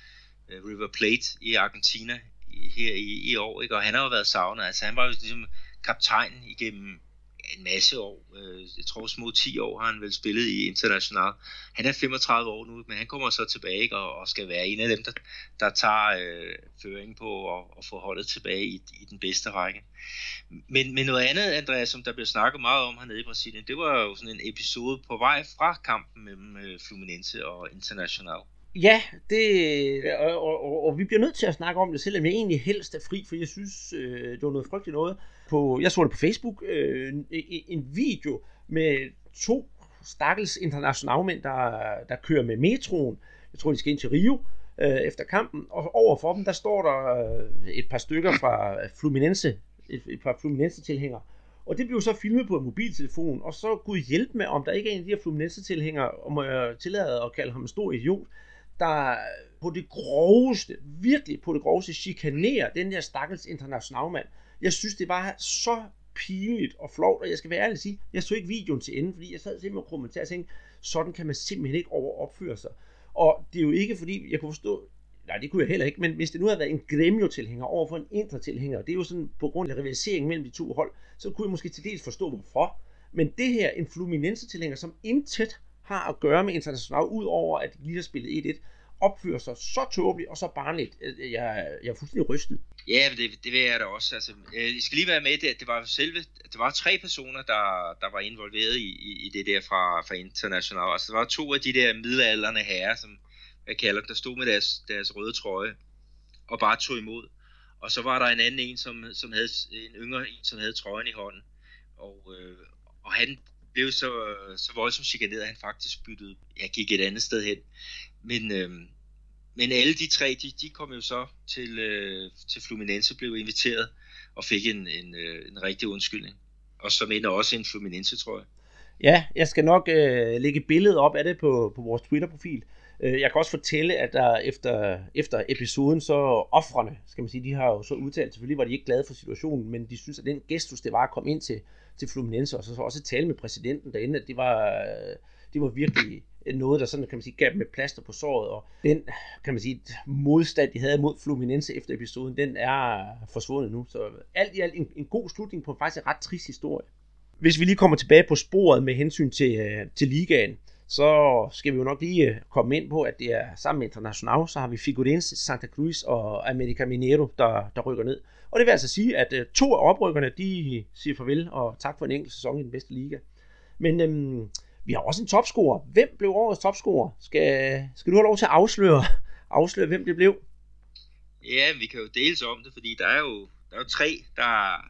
uh, River Plate i Argentina i, her i, i år, ikke? Og han har jo været savnet. Altså, han var jo ligesom kaptajn igennem en masse år. Jeg tror små ti år har han vel spillet i International. Han er femogtredive år nu, men han kommer så tilbage, ikke? Og, og skal være en af dem, der, der tager øh, føringen på at, at få holdet tilbage i, i den bedste række. Men, men noget andet, Andreas, som der blev snakket meget om hernede i Brasilien, det var jo sådan en episode på vej fra kampen mellem øh, Fluminense og International. Ja, det, og, og, og vi bliver nødt til at snakke om det, selvom jeg egentlig helst er fri, for jeg synes, øh, det var noget frygteligt noget. På, jeg så det på Facebook, øh, en, en video med to stakkels internationalmænd, der, der kører med metroen. Jeg tror, de skal ind til Rio øh, efter kampen, og overfor dem, der står der et par stykker fra Fluminense, et, et par Fluminense-tilhængere. Og det blev så filmet på en mobiltelefon, og så Gud hjælpe med, om der ikke er en af de her Fluminense-tilhængere, og må jeg tillade at kalde ham en stor idiot, der på det groveste, virkelig på det groveste, chikanerer den der stakkels internationalmand. Jeg synes, det var så pinligt og flovt, og jeg skal være ærlig at sige, jeg så ikke videoen til ende, fordi jeg sad simpelthen og kommenterede og tænkte, sådan kan man simpelthen ikke overopføre sig. Og det er jo ikke fordi, jeg kunne forstå, nej, det kunne jeg heller ikke, men hvis det nu havde været en Grêmio-tilhænger over for en Inter-tilhænger, det er jo sådan på grund af rivaliseringen mellem de to hold, så kunne jeg måske til dels forstå, hvorfor. Men det her, en Fluminense-tilhænger, som intet har at gøre med International, ud over at de lige har spillet et et, opfører sig så tåbeligt og så barnligt. Jeg, jeg er fuldstændig rystet. Ja, det, det vil jeg da også. Altså, I skal lige være med, det, det var selve, det var tre personer, der, der var involveret i, i, i det der fra, fra International. Altså, der var to af de der middelaldrende herrer, som jeg kalder, der stod med deres, deres røde trøje og bare tog imod. Og så var der en anden en, som, som havde en yngre en, som havde trøjen i hånden. Og, øh, og han blev så, så voldsomt chikaneret, at han faktisk byttede, jeg gik et andet sted hen. Men, øh, men alle de tre, de, de kom jo så til, øh, til Fluminense, blev inviteret og fik en, en, øh, en rigtig undskyldning. Og så mener også en Fluminense, tror jeg. Ja, jeg skal nok øh, lægge billedet op af det på, på vores Twitter-profil. Jeg kan også fortælle, at der efter, efter episoden, så ofrene, skal man sige, de har jo så udtalt, selvfølgelig var de ikke glade for situationen, men de synes, at den gestus, det var at komme ind til, til Fluminense, og så, så også tale med præsidenten derinde, at det var, det var virkelig noget, der sådan, kan man sige, gav dem et plaster på såret, og den, kan man sige, modstand, de havde mod Fluminense efter episoden, den er forsvundet nu, så alt i alt en, en god slutning på en faktisk ret trist historie. Hvis vi lige kommer tilbage på sporet med hensyn til, til ligaen, så skal vi jo nok lige komme ind på, at det er sammen med International, så har vi Figueirense, Santa Cruz og América Mineiro, der, der rykker ned. Og det vil altså sige, at to af oprykkerne, de siger farvel og tak for en enkelt sæson i den bedste liga. Men øhm, vi har også en topscorer. Hvem blev årets topscorer? Skal, skal du have lov til at afsløre, afsløre, hvem det blev? Ja, vi kan jo deles om det, fordi der er jo, der er jo tre, der,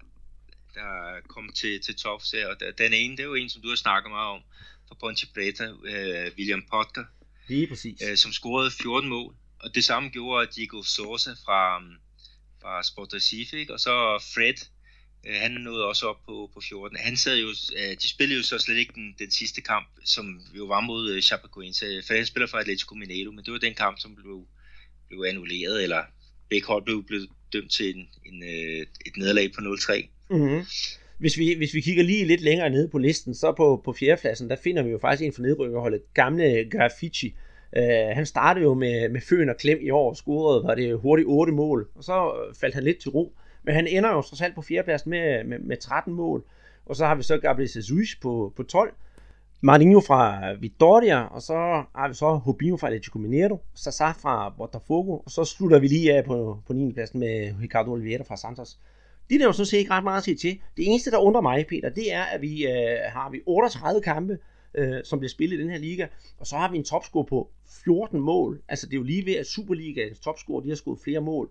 der kom til, til tops her. Og den ene, det er jo en, som du har snakket meget om, for Ponte Preta, øh, William Potker, lige præcis, øh, som scorede fjorten mål, og det samme gjorde Diego Souza fra, fra Sport Recife, og så Fred, øh, han nåede også op på, på fjorten. Han sad jo, øh, de spillede jo så slet ikke den, den sidste kamp, som jo var mod øh, Chapecoense, for han spiller for Atlético Mineiro, men det var den kamp, som blev, blev annulleret, eller begge hold blev, blev dømt til en, en, øh, et nederlag på nul tre. Mhm. Hvis vi, hvis vi kigger lige lidt længere nede på listen, så på, på fjerdepladsen, der finder vi jo faktisk en fra nedrykkerholdet, gamle Graffiti. Uh, han startede jo med, med føn og klem i år, scorede var det hurtigt otte mål, og så faldt han lidt til ro. Men han ender jo trods alt på fjerdepladsen med, med, med tretten mål, og så har vi så Gabriel Jesus på, på tolv, Marinho fra Vitória, og så har vi så Rubinho fra Atlético Mineiro, Sassá fra Botafogo, og så slutter vi lige af på, på niende pladsen med Ricardo Oliveira fra Santos. Det er jo sådan set ikke ret meget at sige til. Det eneste, der undrer mig, Peter, det er, at vi øh, har vi otteogtredive kampe, øh, som bliver spillet i den her liga, og så har vi en topscore på fjorten mål. Altså, det er jo lige ved, at Superligaens topscore, de har scoret flere mål.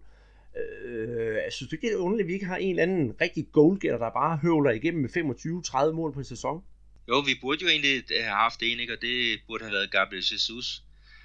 Øh, jeg synes ikke, det er underligt, at vi ikke har en eller anden rigtig goalgetter, der bare høvler igennem med femogtyve til tredive mål på en sæson. Jo, vi burde jo egentlig have haft en, ikke? Og det burde have været Gabriel Jesus.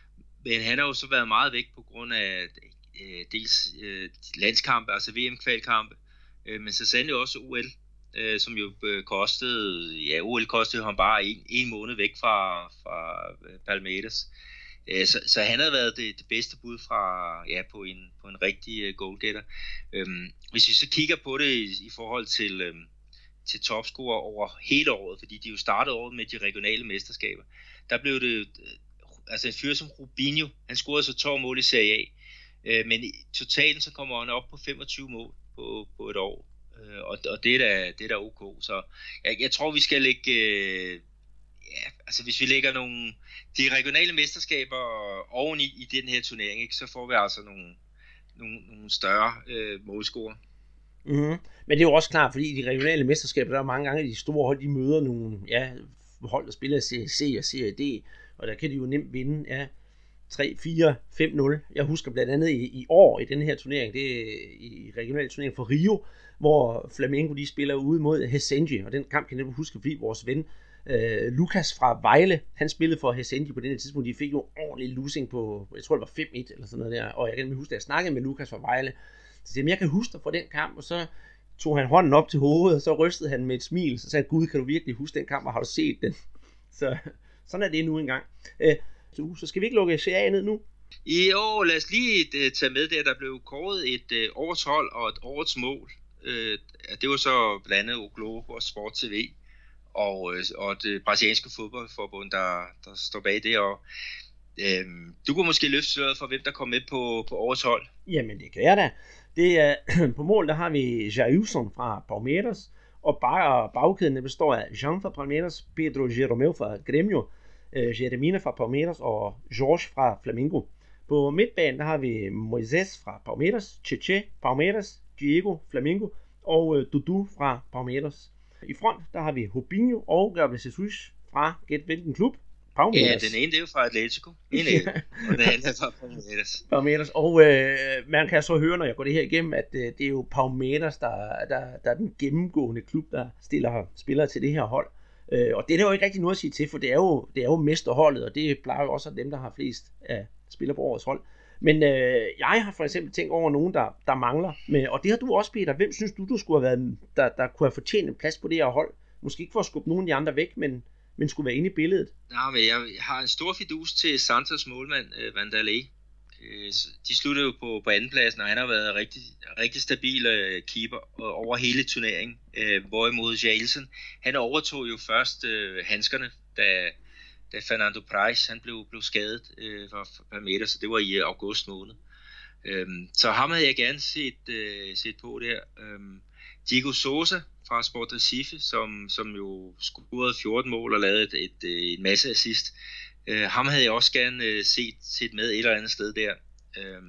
men han har jo så været meget væk på grund af øh, dels øh, landskampe, altså V M-kvalkampe, øh, men så sandelig også O L, øh, som jo øh, kostede, ja, O L kostede ham bare en, en måned væk fra, fra øh, Palmeiras. Øh, så, så han havde været det, det bedste bud fra, ja, på en, på en rigtig øh, goalgetter. Øh, hvis vi så kigger på det i, i forhold til, øh, til topscorer over hele året, fordi de jo startede året med de regionale mesterskaber, der blev det øh, altså en fyr som Rubinho, han scorede så tolv mål i Serie A, øh, men i totalen så kommer han op på femogtyve mål på, på et år, øh, og, og det er da, det er da ok, så jeg, jeg tror vi skal lægge, øh, ja, altså hvis vi lægger nogle, de regionale mesterskaber oven i, i den her turnering, ikke, så får vi altså nogle, nogle, nogle større øh, målscorer. Mm-hmm. Men det er jo også klart, fordi i de regionale mesterskaber, der er mange gange, de store hold, de møder nogle, ja, hold, der spiller Serie C og Serie D, og der kan de jo nemt vinde af ja, tre, fire, fem nul. Jeg husker blandt andet i, i år i den her turnering, det er i regional turnering for Rio, hvor Flamengo de spiller ude mod Resende, og den kamp kan jeg huske, fordi vores ven øh, Lukas fra Vejle, han spillede for Resende på den her tidspunkt, de fik jo ordentlig losing på, jeg tror det var fem et eller sådan noget der, og jeg kan huske, at jeg snakkede med Lukas fra Vejle, så jeg kan huske dig fra den kamp, og så tog han hånden op til hovedet, og så rystede han med et smil, så sagde Gud, kan du virkelig huske den kamp, og har du set den? Så sådan er det nu engang. Øh, så, så skal vi ikke lukke Serie A ned nu? I år, lad os lige uh, tage med det, der blev kåret et uh, årets hold og et årets mål. Uh, det var så blandt andet O Globo og Sport T V og, uh, og det brasilianske fodboldforbund, der, der står bag det. Og, uh, du kunne måske løfte sløret for, hvem der kom med på, på årets hold. Jamen, det kan jeg da. Det er, på mål, der har vi Jailson fra Palmeiras, og bare bagkæden består af Jean fra Palmeiras, Pedro Jeromel fra Grêmio, uh, Jeremina fra Palmeiras og Jorge fra Flamengo. På midtbanen der har vi Moisés fra Palmeiras, Cheche Palmeiras, Diego Flamengo og uh, Dudu fra Palmeiras. I front der har vi Rubinho og Gabriel Jesus fra gæt hvilken klub? Palmeiras. Ja, den ene det er jo fra Atletico, og den anden er fra Palmeiras. Palmeiras. Og øh, man kan så høre, når jeg går det her igennem, at øh, det er jo Palmeiras, der, der, der er den gennemgående klub, der stiller spillere til det her hold. Øh, og det er der jo ikke rigtig noget at sige til, for det er jo, det er jo mesterholdet, og det plejer jo også dem, der har flest af spillere på årets hold. Men øh, jeg har for eksempel tænkt over nogen, der, der mangler, men, og det har du også, Peter. Hvem synes du, du skulle have været, der, der kunne have fortjent en plads på det her hold? Måske ikke for at skubbe nogen af de andre væk, men men skulle være inde i billedet. Nej, men jeg har en stor fidus til Santos målmand, uh, Vanderlei. Uh, de sluttede jo på, på andenpladsen, og han har været rigtig, rigtig stabil uh, keeper over hele turneringen. Uh, hvorimod Jailson, han overtog jo først uh, handskerne, da, da Fernando Prais, han blev, blev skadet uh, for Palmeiras, så det var i august måned. Uh, så ham havde jeg gerne set, uh, set på der. Uh, Diego Souza fra Sport Recife, som, som jo scorede fjorten mål og lavede et, et, et, en masse assist. Uh, ham havde jeg også gerne uh, set, set med et eller andet sted der. Uh,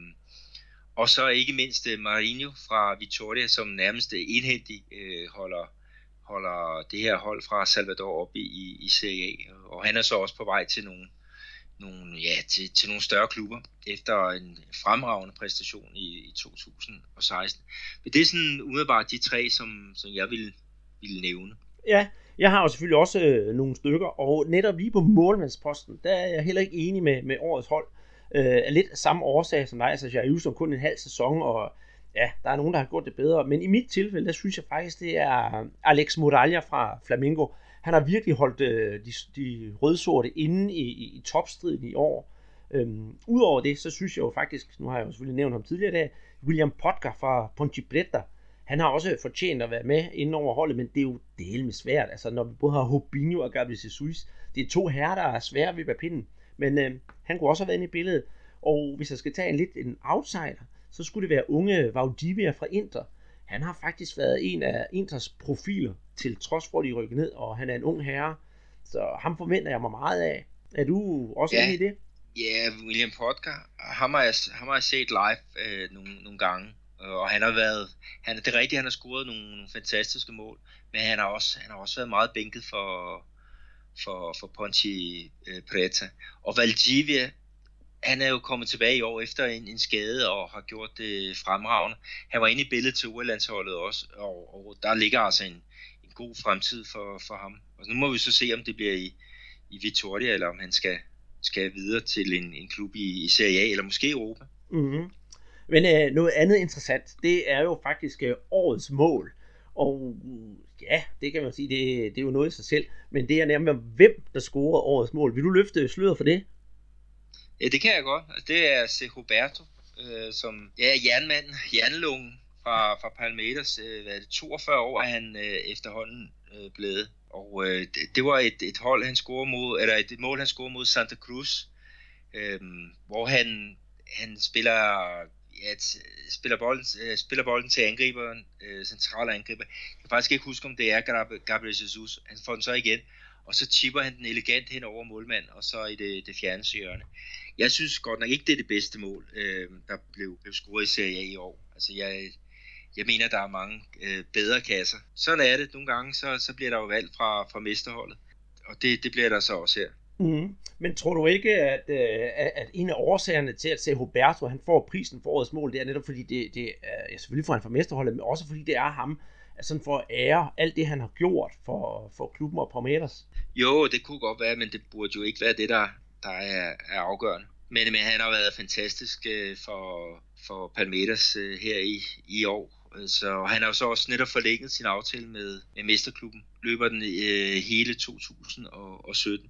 og så ikke mindst uh, Marinho fra Vitória, som nærmest enhændigt uh, holder, holder det her hold fra Salvador op i, i, i Serie A. Og han er så også på vej til nogle, nogle, ja, til, til nogle større klubber efter en fremragende præstation i, i to tusind og seksten. Men det er sådan umiddelbart de tre, som, som jeg vil, vil nævne. Ja, jeg har jo selvfølgelig også øh, nogle stykker, og netop lige på målmandsposten, der er jeg heller ikke enig med, med årets hold. Øh, af lidt samme årsag som dig, altså jeg er jo som kun en halv sæson, og ja, der er nogen, der har gjort det bedre. Men i mit tilfælde, der synes jeg faktisk, det er Alex Muralha fra Flamengo. Han har virkelig holdt øh, de, de rødsorte inde i, i, i topstriden i år. Øhm, Udover det, så synes jeg jo faktisk, nu har jeg jo selvfølgelig nævnt ham tidligere i dag, William Potker fra Ponte Preta. Han har også fortjent at være med inden over holdet, men det er jo delt med svært. Altså når vi både har Rubinho og Gabriel Jesus, det er to herrer, der er svære ved pinden. Men øh, han kunne også have været inde i billedet. Og hvis jeg skal tage en lidt en outsider, så skulle det være unge Valdivia fra Inter. Han har faktisk været en af Inters profiler, til trods for at de rykker ned, og han er en ung herre. Så ham forventer jeg mig meget af. Er du også ja. enig i det? Ja, William Potker, ham har jeg, ham har jeg set live øh, nogle, nogle gange. Og han har været, han, det er rigtigt, han har scoret nogle, nogle fantastiske mål, men han har også, han har også været meget bænket for, for, for Ponte Preta. Og Valdivia, han er jo kommet tilbage i år efter en, en skade og har gjort det fremragende. Han var inde i billedet til U L-landsholdet også, og, og der ligger altså en, en god fremtid for, for ham. Og nu må vi så se, om det bliver i, i Vitória, eller om han skal skal videre til en, en klub i, i Serie A, eller måske Europa. Mm-hmm. Men øh, noget andet interessant, det er jo faktisk øh, årets mål. Og ja, det kan man sige, det, det er jo noget i sig selv. Men det er nærmere, hvem der scorer årets mål. Vil du løfte sløret for det? Ja, det kan jeg godt. Altså, det er C. Roberto, øh, som ja, jernmanden, jernlungen fra, fra Palmeiras. Øh, hvad er det, toogfyrre år er han øh, efterhånden øh, blevet. Og øh, det, det var et, et hold, han scorede mod, eller et, et mål, han scorede mod Santa Cruz, øh, hvor han, han spiller, ja, spiller, bolden, øh, spiller bolden til angriberen, øh, centrale angriber. Jeg kan faktisk ikke huske, om det er Gabriel Jesus. Han får den så igen, og så chipper han den elegant hen over målmanden, og så i det, det fjerneste hjørne. Jeg synes godt nok ikke, det er det bedste mål, øh, der blev, blev scoret i Serie A i år. Altså jeg... Jeg mener, der er mange øh, bedre kasser. Sådan er det. Nogle gange, så, så bliver der jo valgt fra, fra mesterholdet. Og det, det bliver der så også her. Mm. Men tror du ikke, at, øh, at en af årsagerne til, at C. Roberto han får prisen for årets mål, det er netop fordi, det, det er ja, selvfølgelig for han fra mesterholdet, men også fordi det er ham, at sådan for at ære alt det, han har gjort for, for klubben og Palmeiras? Jo, det kunne godt være, men det burde jo ikke være det, der, der er, er afgørende. Men, men han har været fantastisk øh, for, for Palmeiras øh, her i, i år. Så han har jo så også netop forlænget sin aftale med, med mesterklubben. Løber den øh, hele to tusind og sytten.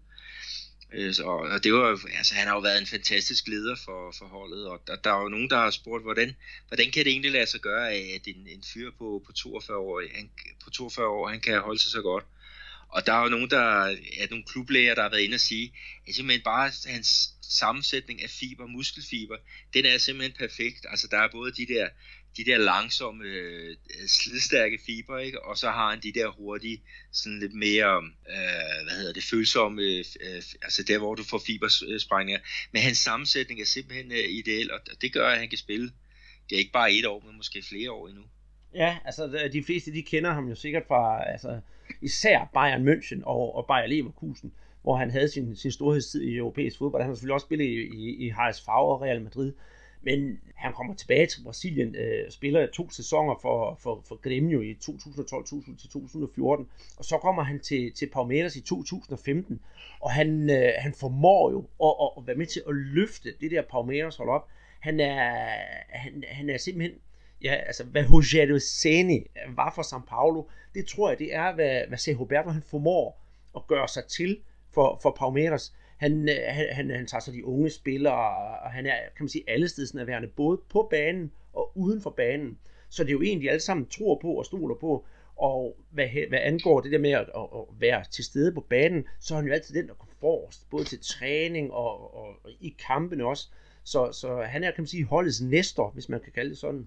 Øh, så, og det var, altså, han har jo været en fantastisk leder for, for holdet. Og der, der er jo nogen, der har spurgt, hvordan, hvordan kan det egentlig lade sig gøre, at en, en fyr på, på toogfyrre år, han, på toogfyrre år, han kan holde sig så godt. Og der er jo nogen, der er nogle klublæger, der har været inde og sige, at simpelthen bare hans sammensætning af fiber, muskelfiber, den er simpelthen perfekt. Altså der er både de der, de der langsomme, øh, slidstærke fiber, ikke? Og så har han de der hurtige, sådan lidt mere, øh, hvad hedder det, følsomme, øh, altså der, hvor du får fibersprængninger. Men hans sammensætning er simpelthen øh, ideel, og det gør, at han kan spille. Det er ikke bare et år, men måske flere år endnu. Ja, altså de fleste, de kender ham jo sikkert fra, altså især Bayern München og, og Bayer Leverkusen, hvor han havde sin, sin storhedstid i europæisk fodbold. Han har selvfølgelig også spillet i, i, i H S V og Real Madrid, men han kommer tilbage til Brasilien, øh, spiller to sæsoner for, for, for Grêmio i to tusind og tolv til to tusind og fjorten, og så kommer han til, til Palmeiras i to tusind og femten, og han, øh, han formår jo at, at, at være med til at løfte det der Palmeiras hold op. Han er, han, han er simpelthen, ja, altså hvad Rogério Ceni var for São Paulo, det tror jeg, det er, hvad, hvad C. Roberto han formår at gøre sig til for, for Palmeiras. Han, han, han, han tager så de unge spillere, og han er, kan man sige, allestedsnærværende, både på banen og uden for banen. Så det er jo egentlig alle sammen tror på og stoler på, og hvad, hvad angår det der med at, at, at være til stede på banen, så er han jo altid den, der går forrest, både til træning og, og, og i kampene også. Så, så han er, kan man sige, holdets næster, hvis man kan kalde det sådan.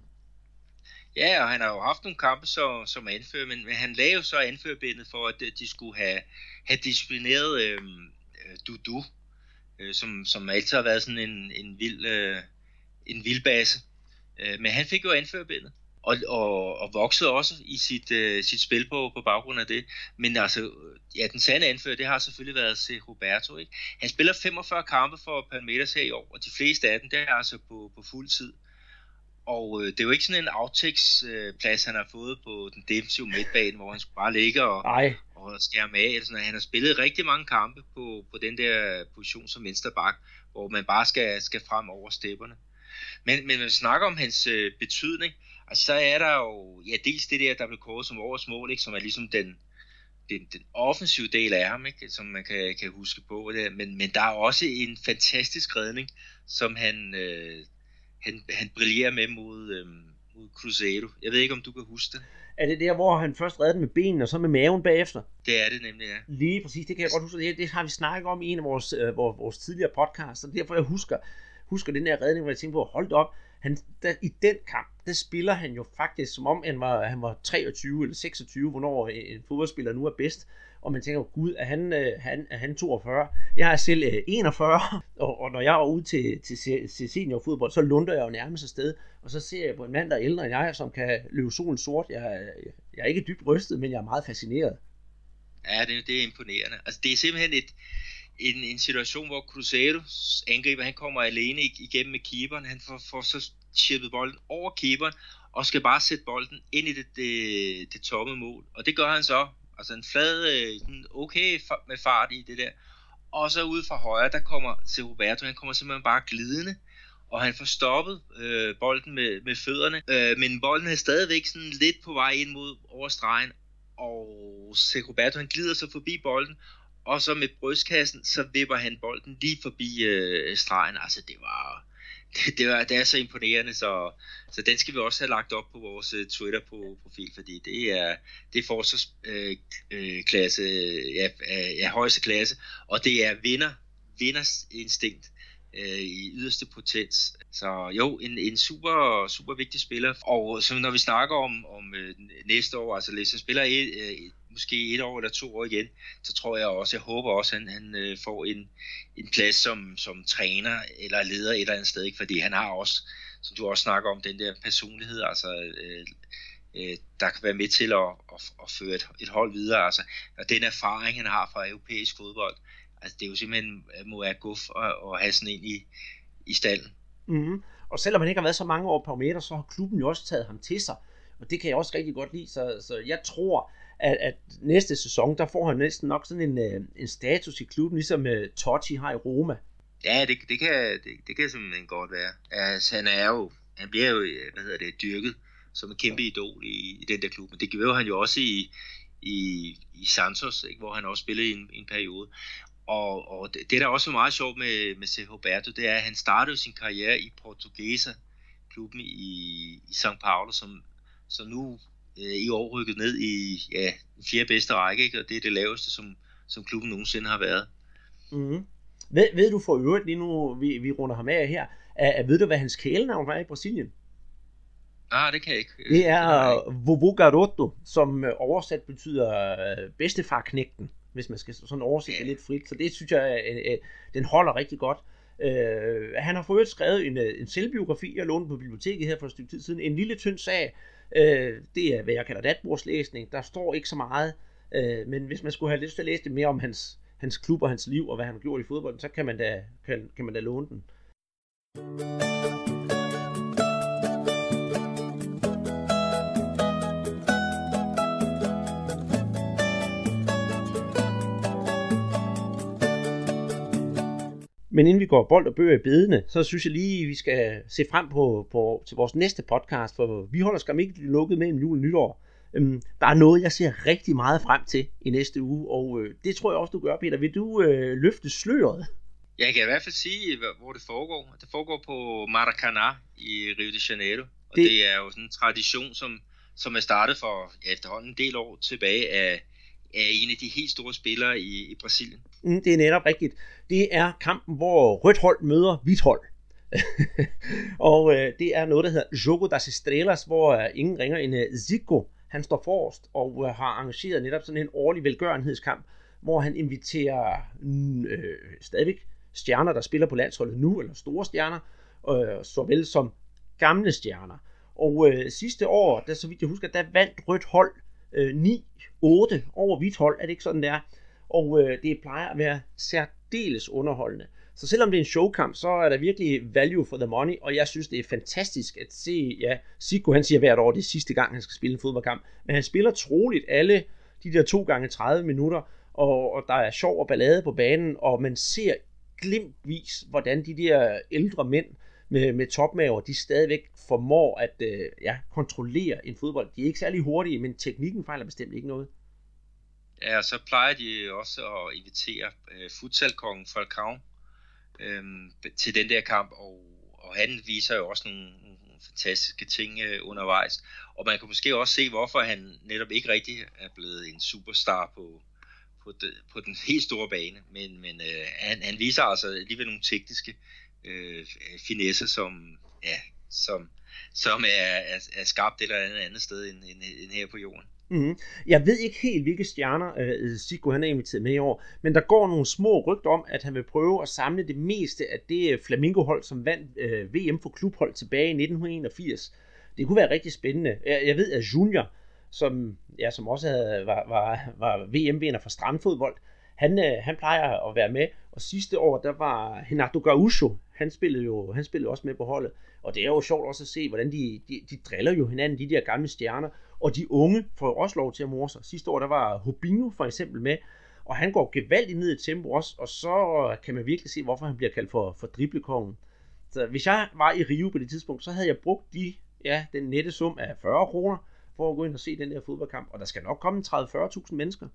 Ja, og han har jo haft nogle kampe så, som anfører, men han lagde jo så anførerbindet for, at de skulle have, have disciplineret øh, Dudu, øh, som, som altid har været sådan en, en vild øh, en vild base. Øh, men han fik jo anførerbindet, og, og, og voksede også i sit, øh, sit spil på, på baggrund af det. Men altså, ja, den sande anfører, det har selvfølgelig været C. Roberto, ikke? Han spiller femogfyrre kampe for Palmeiras her i år, og de fleste af dem, det er altså på, på fuld tid. Og øh, det er jo ikke sådan en aftægtsplads, han har fået på den defensive midtbane, hvor han skulle bare ligge og, og skærme af. Eller sådan. Han har spillet rigtig mange kampe på, på den der position som vensterbak, hvor man bare skal, skal frem over stepperne. Men, men når vi snakker om hans øh, betydning, altså, så er der jo ja, dels det der, der blev kåret som årets mål, ikke, som er ligesom den, den, den offensive del af ham, ikke, som man kan, kan huske på. Det. Men, men der er også en fantastisk redning, som han... Øh, Han, han brillerer med mod, øhm, mod Cruzeiro. Jeg ved ikke, om du kan huske det. Er det der, hvor han først redder den med benene, og så med maven bagefter? Det er det nemlig, ja. Lige præcis, det kan jeg godt huske. Det, det har vi snakket om i en af vores, øh, vores, vores tidligere podcasts, og derfor jeg husker, husker den der redning, hvor jeg tænkte på, hold op, han, der, i den kamp, der spiller han jo faktisk, som om han var, han var treogtyve eller seksogtyve, hvornår en fodboldspiller nu er bedst. Og man tænker, gud, er han, han, er han toogfyrre? Jeg er selv enogfyrre, og, og når jeg er ude til, til, til seniorfodbold, så lunder jeg jo nærmest afsted, og så ser jeg på en mand, der er ældre end jeg, som kan løbe solen sort. Jeg, jeg er ikke dybt rystet, men jeg er meget fascineret. Ja, det, det er imponerende. Altså, det er simpelthen et, en, en situation, hvor Cruzeiros angriber, han kommer alene igennem med keeperen, han får, får så chippet bolden over keeperen, og skal bare sætte bolden ind i det, det, det tomme mål. Og det gør han så. Altså en flad, okay med fart i det der. og så ude fra højre, der kommer til Roberto, han kommer simpelthen bare glidende, og han får stoppet øh, bolden med, med fødderne, øh, men bolden er stadigvæk sådan lidt på vej ind mod overstregen, og Roberto han glider så forbi bolden, og så med brystkassen, så vipper han bolden lige forbi øh, stregen. Altså det var, det, det var, det er så imponerende, så, så den skal vi også have lagt op på vores uh, Twitter-profil, fordi det er, det er forsvarsklasse, øh, ja, ja, højeste klasse, og det er vinder, vinders instinkt øh, i yderste potens. Så jo, en, en super, super vigtig spiller, og så når vi snakker om, om øh, næste år, altså hvis han spiller et, øh, måske et år eller to år igen, så tror jeg også, jeg håber også, at han, han øh, får en, en plads som, som træner eller leder et eller andet sted, ikke? Fordi han har også, som du også snakker om, den der personlighed, altså, øh, øh, der kan være med til at, at, at føre et, et hold videre, altså, og den erfaring, han har fra europæisk fodbold, altså, det er jo simpelthen, må være guf at, at have sådan en i, i stallen. Mm-hmm. Og selvom han ikke har været så mange år på Parmeter, så har klubben jo også taget ham til sig, og det kan jeg også rigtig godt lide, så, så jeg tror, At, at næste sæson, der får han næsten nok sådan en, en status i klubben, ligesom uh, Totti har i Roma. Ja, det, det, kan, det, det kan simpelthen godt være. Altså, han er jo, han bliver jo, hvad hedder det, dyrket som en kæmpe idol i, i den der klub. Men det gjorde han jo også i, i, i Santos, ikke, hvor han også spillede i en, en periode. Og, og det, det, der også er meget sjovt med, med C. Roberto, det er, at han startede sin karriere i Portuguesa, klubben i, i São Paulo, som, som nu i år rykket ned i ja, den fjerde bedste række, ikke? Og det er det laveste, som, som klubben nogensinde har været. Mm-hmm. Ved, ved du for øvrigt, lige nu vi, vi runder ham af her, at, ved du, hvad hans kælenavn var i Brasilien? Nej, ah, det kan jeg ikke. Det er Vovô Garoto, som oversat betyder bedstefarknægten, hvis man skal sådan oversætte det lidt frit. Så det synes jeg, den holder rigtig godt. Uh, han har for øvrigt skrevet en, en selvbiografi, jeg lånte på biblioteket her for et stykke tid siden. En lille tynd sag. Uh, det er, hvad jeg kalder natbordslæsning. Der står ikke så meget, uh, men hvis man skulle have lyst til at læse det mere om hans, hans klub og hans liv, og hvad han har gjort i fodbolden, så kan man da, kan, kan man da låne den. Men inden vi går bold og bøger i bedene, så synes jeg lige, at vi skal se frem på, på, til vores næste podcast, for vi holder skam ikke lukket mellem jul og nytår. Øhm, der er noget, jeg ser rigtig meget frem til i næste uge, og øh, det tror jeg også, du gør, Peter. Vil du øh, løfte sløret? Jeg kan i hvert fald sige, hvor det foregår. Det foregår på Maracanã i Rio de Janeiro, og det, det er jo sådan en tradition, som, som er startet for ja, efterhånden en del år tilbage af, af en af de helt store spillere i, i Brasilien. Mm, det er netop rigtigt. Det er kampen, hvor rødt hold møder hvidt hold. og øh, det er noget, der hedder Jogo das Estrelas, hvor øh, ingen ringer end øh, Zico. Han står forrest og øh, har arrangeret netop sådan en årlig velgørenhedskamp, hvor han inviterer øh, stadigvæk stjerner, der spiller på landsholdet nu, eller store stjerner, øh, såvel som gamle stjerner. Og øh, sidste år, der, så vidt jeg husker, der vandt rødt hold øh, ni otte over hvidt hold, er det ikke sådan, det er? Og øh, det plejer at være særdeles underholdende. Så selvom det er en showkamp, så er der virkelig value for the money, og jeg synes, det er fantastisk at se, ja, Zico, han siger hvert år, det er sidste gang, han skal spille en fodboldkamp, men han spiller troligt alle de der to gange tredive minutter, og, og der er sjov og ballade på banen, og man ser glimtvis, hvordan de der ældre mænd med, med topmaver, de stadigvæk formår at øh, ja, kontrollere en fodbold. De er ikke særlig hurtige, men teknikken fejler bestemt ikke noget. Ja, og så plejer de også at invitere øh, futsalkongen Falcao øh, til den der kamp, og, og han viser jo også nogle, nogle fantastiske ting øh, undervejs. Og man kan måske også se, hvorfor han netop ikke rigtig er blevet en superstar på, på, de, på den helt store bane. Men, men øh, han, han viser altså alligevel nogle tekniske øh, finesser, som, ja, som, som er, er, er skabt et eller andet andet sted end, end, end her på jorden. Mm-hmm. Jeg ved ikke helt, hvilke stjerner uh, Zico han er inviteret med i år, men der går nogle små rygter om, at han vil prøve at samle det meste af det Flamengo-hold, som vandt uh, V M for klubhold tilbage i nitten enogfirs. Det kunne være rigtig spændende. Jeg, jeg ved, at Junior, som, ja, som også havde, var, var, var V M-vinder for strandfodbold, han, uh, han plejer at være med, og sidste år, der var Renato Gaúcho, han spillede jo han spillede også med på holdet, og det er jo sjovt også at se, hvordan de, de, de driller jo hinanden, de der gamle stjerner, og de unge får også lov til at more sig. Sidste år, der var Robinho for eksempel med, Og han går gevaldigt ned i tempo også, og så kan man virkelig se, hvorfor han bliver kaldt for, for driblekongen. Så hvis jeg var i Rio på det tidspunkt, så havde jeg brugt de, ja, den nette sum af fyrre kroner, for at gå ind og se den der fodboldkamp, og der skal nok komme tredive til fyrre tusind mennesker.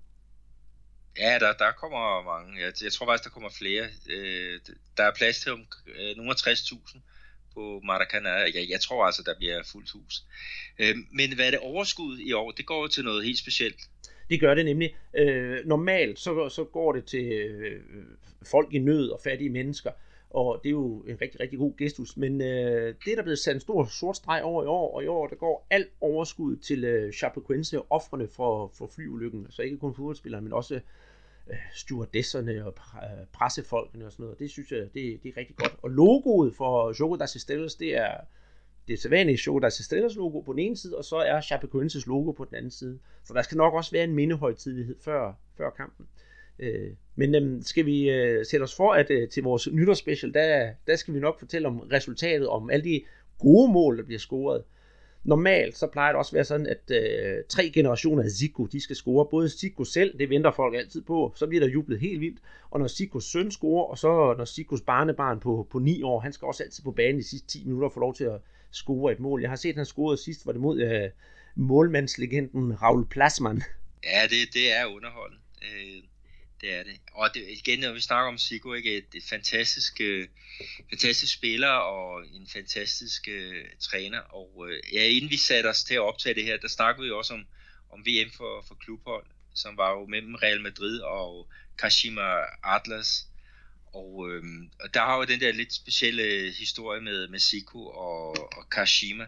Ja, der, der kommer mange. Jeg, jeg tror faktisk, der kommer flere. Øh, der er plads til om, øh, nogle tres tusind på Maracanã. Jeg, jeg tror altså, der bliver fuldt hus. Øh, men hvad er det overskud i år? Det går til noget helt specielt. Det gør det nemlig. Øh, normalt så, så går det til øh, folk i nød og fattige mennesker, og det er jo en rigtig, rigtig god gestus. Men øh, det er der blevet sat en stor sort streg over i år, og i år der går alt overskud til øh, Chapecoense og ofrene for, for flyulykken. Så ikke kun fodboldspillere, men også øh, stewardesserne og øh, pressefolkene og sådan noget. Det synes jeg, det, det er rigtig godt. Og logoet for Jogo das Estrelas, det er det sædvanlige Jogo das Estrelas logo på den ene side, og så er Chapecoenses logo på den anden side. Så der skal nok også være en mindehøjtidighed før, før kampen. Øh, men øhm, skal vi øh, sætte os for, at øh, til vores nytårsspecial, der, der skal vi nok fortælle om resultatet, om alle de gode mål, der bliver scoret. Normalt så plejer det også at være sådan, at øh, tre generationer af Zico, de skal score. Både Zico selv, det venter folk altid på, så bliver der jublet helt vildt. Og når Zicos søn scorer, og så når Zicos barnebarn på, på ni år, han skal også altid på banen de sidste ti minutter og få lov til at score et mål. Jeg har set, at han scorede sidst, var det mod øh, målmandslegenden Raul Plasman. Ja, det, det er underholdende. Øh, det er det. Og det, igen, når vi snakker om Zico, ikke, et, et fantastisk, øh, fantastisk spiller og en fantastisk øh, træner. Og øh, ja, inden vi satte os til at optage det her, der snakkede vi også om, om V M for, for klubhold, som var jo mellem Real Madrid og Kashima Atlas. Og, øh, og der har jo den der lidt specielle historie med, med Zico og, og Kashima.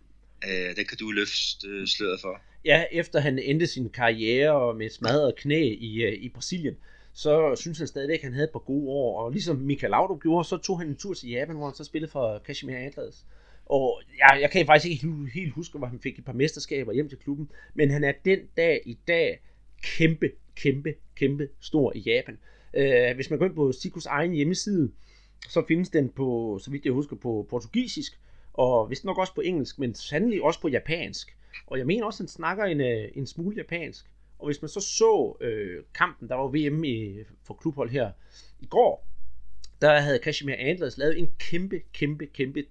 Øh, den kan du løfte øh, sløret for. Ja, efter han endte sin karriere med smadret knæ i, i Brasilien, så synes han stadigvæk, at han havde et par gode år. Og ligesom Michael Laudrup gjorde, så tog han en tur til Japan, hvor han så spillede for Kashima Antlers. Og jeg, jeg kan faktisk ikke helt huske, hvor han fik et par mesterskaber hjem til klubben, men han er den dag i dag kæmpe, kæmpe, kæmpe stor i Japan. Uh, hvis man går ind på Zicos egen hjemmeside, så findes den på, så vidt jeg husker, på portugisisk, og vist nok også på engelsk, men sandelig også på japansk. Og jeg mener også, at han snakker en, en smule japansk. Og hvis man så så øh, kampen, der var V M i, for klubhold her i går, der havde Kashima Antlers lavet en kæmpe, kæmpe, kæmpe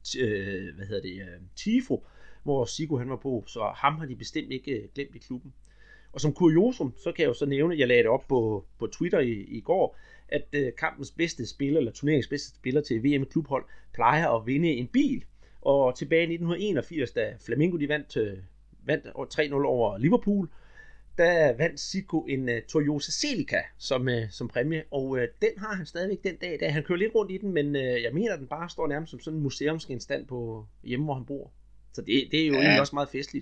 øh, hvad hedder det, øh, tifo, hvor Zico han var på, så ham har de bestemt ikke glemt i klubben. Og som kuriosum, så kan jeg jo så nævne, jeg lagde det op på, på Twitter i, i går, at øh, kampens bedste spiller, eller turneringens bedste spiller til V M klubhold, plejer at vinde en bil. Og tilbage i nitten enogfirs, da Flamengo de vandt, øh, vandt tre nul over Liverpool, der vandt Zico en uh, Toyota Celica som, uh, som præmie, og uh, den har han stadigvæk den dag, da han kører lidt rundt i den, men uh, jeg mener, at den bare står nærmest som sådan en museumsgenstand på hjemme, hvor han bor. Så det, det er jo ja. egentlig også meget festligt.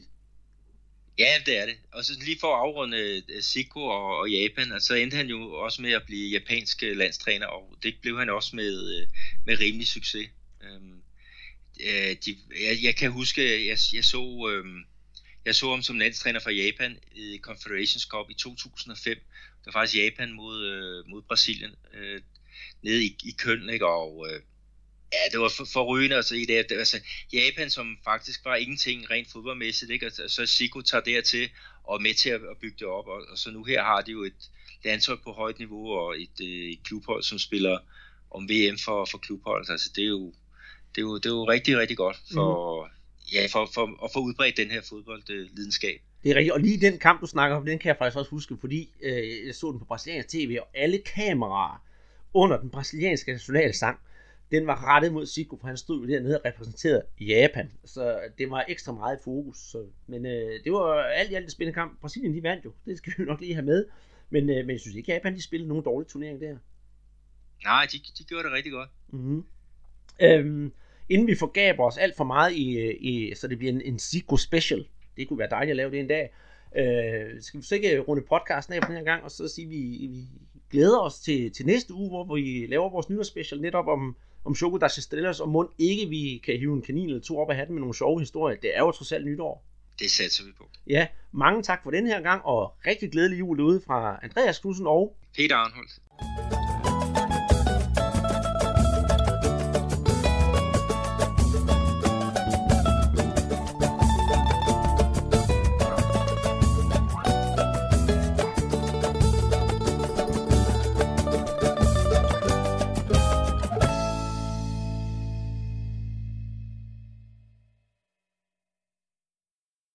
Ja, det er det. Og så lige for at afrunde Zico og, og Japan, altså, så endte han jo også med at blive japansk landstræner, og det blev han også med, med rimelig succes. Um, uh, de, jeg, jeg kan huske, jeg, jeg så... Um, Jeg så ham som landstræner for Japan i Confederations Cup i to tusind og fem. Det var faktisk Japan mod, øh, mod Brasilien øh, nede i, i Køln, ikke? Og øh, ja, det var for, for rygende at se det. Altså, Japan, som faktisk var ingenting rent fodboldmæssigt, ikke? Og så Zico tager dertil og er med til at, at bygge det op. Og, og så nu her har de jo et landshold på højt niveau og et, øh, et klubhold, som spiller om V M for, for klubhold. Altså, det er jo, det er jo, det er jo rigtig, rigtig godt for... Mm. Ja, for, for at få udbredt den her fodboldlidenskab. Det er rigtigt, og lige den kamp, du snakker om, den kan jeg faktisk også huske, fordi øh, jeg så den på brasiliansk tv, og alle kameraer under den brasilianske nationalsang, den var rettet mod Zico, for han stod jo dernede og repræsenterede Japan, så det var ekstra meget i fokus. Så, men øh, det var alt i alt et spændende kamp. Brasilien, de vandt jo, det skal vi nok lige have med, men, øh, men jeg synes ikke, Japan, de spillede nogen dårlig turnering der. Nej, de, de gjorde det rigtig godt. Mm-hmm. Øhm, Inden vi forgaber os alt for meget i, i så det bliver en, en Zico special, det kunne være dejligt at lave det en dag, øh, skal vi så ikke runde podcasten af på den her gang, og så sige, at vi, vi glæder os til, til næste uge, hvor vi laver vores nytårsspecial netop om, om Jogo das Estrelas, og må ikke vi kan hive en kanin eller to op af hatten med nogle sjove historier. Det er jo trods alt nytår. Det satser vi på. Ja, mange tak for den her gang, og rigtig glædelig jul ude fra Andreas Knudsen og Peter Arnholdt.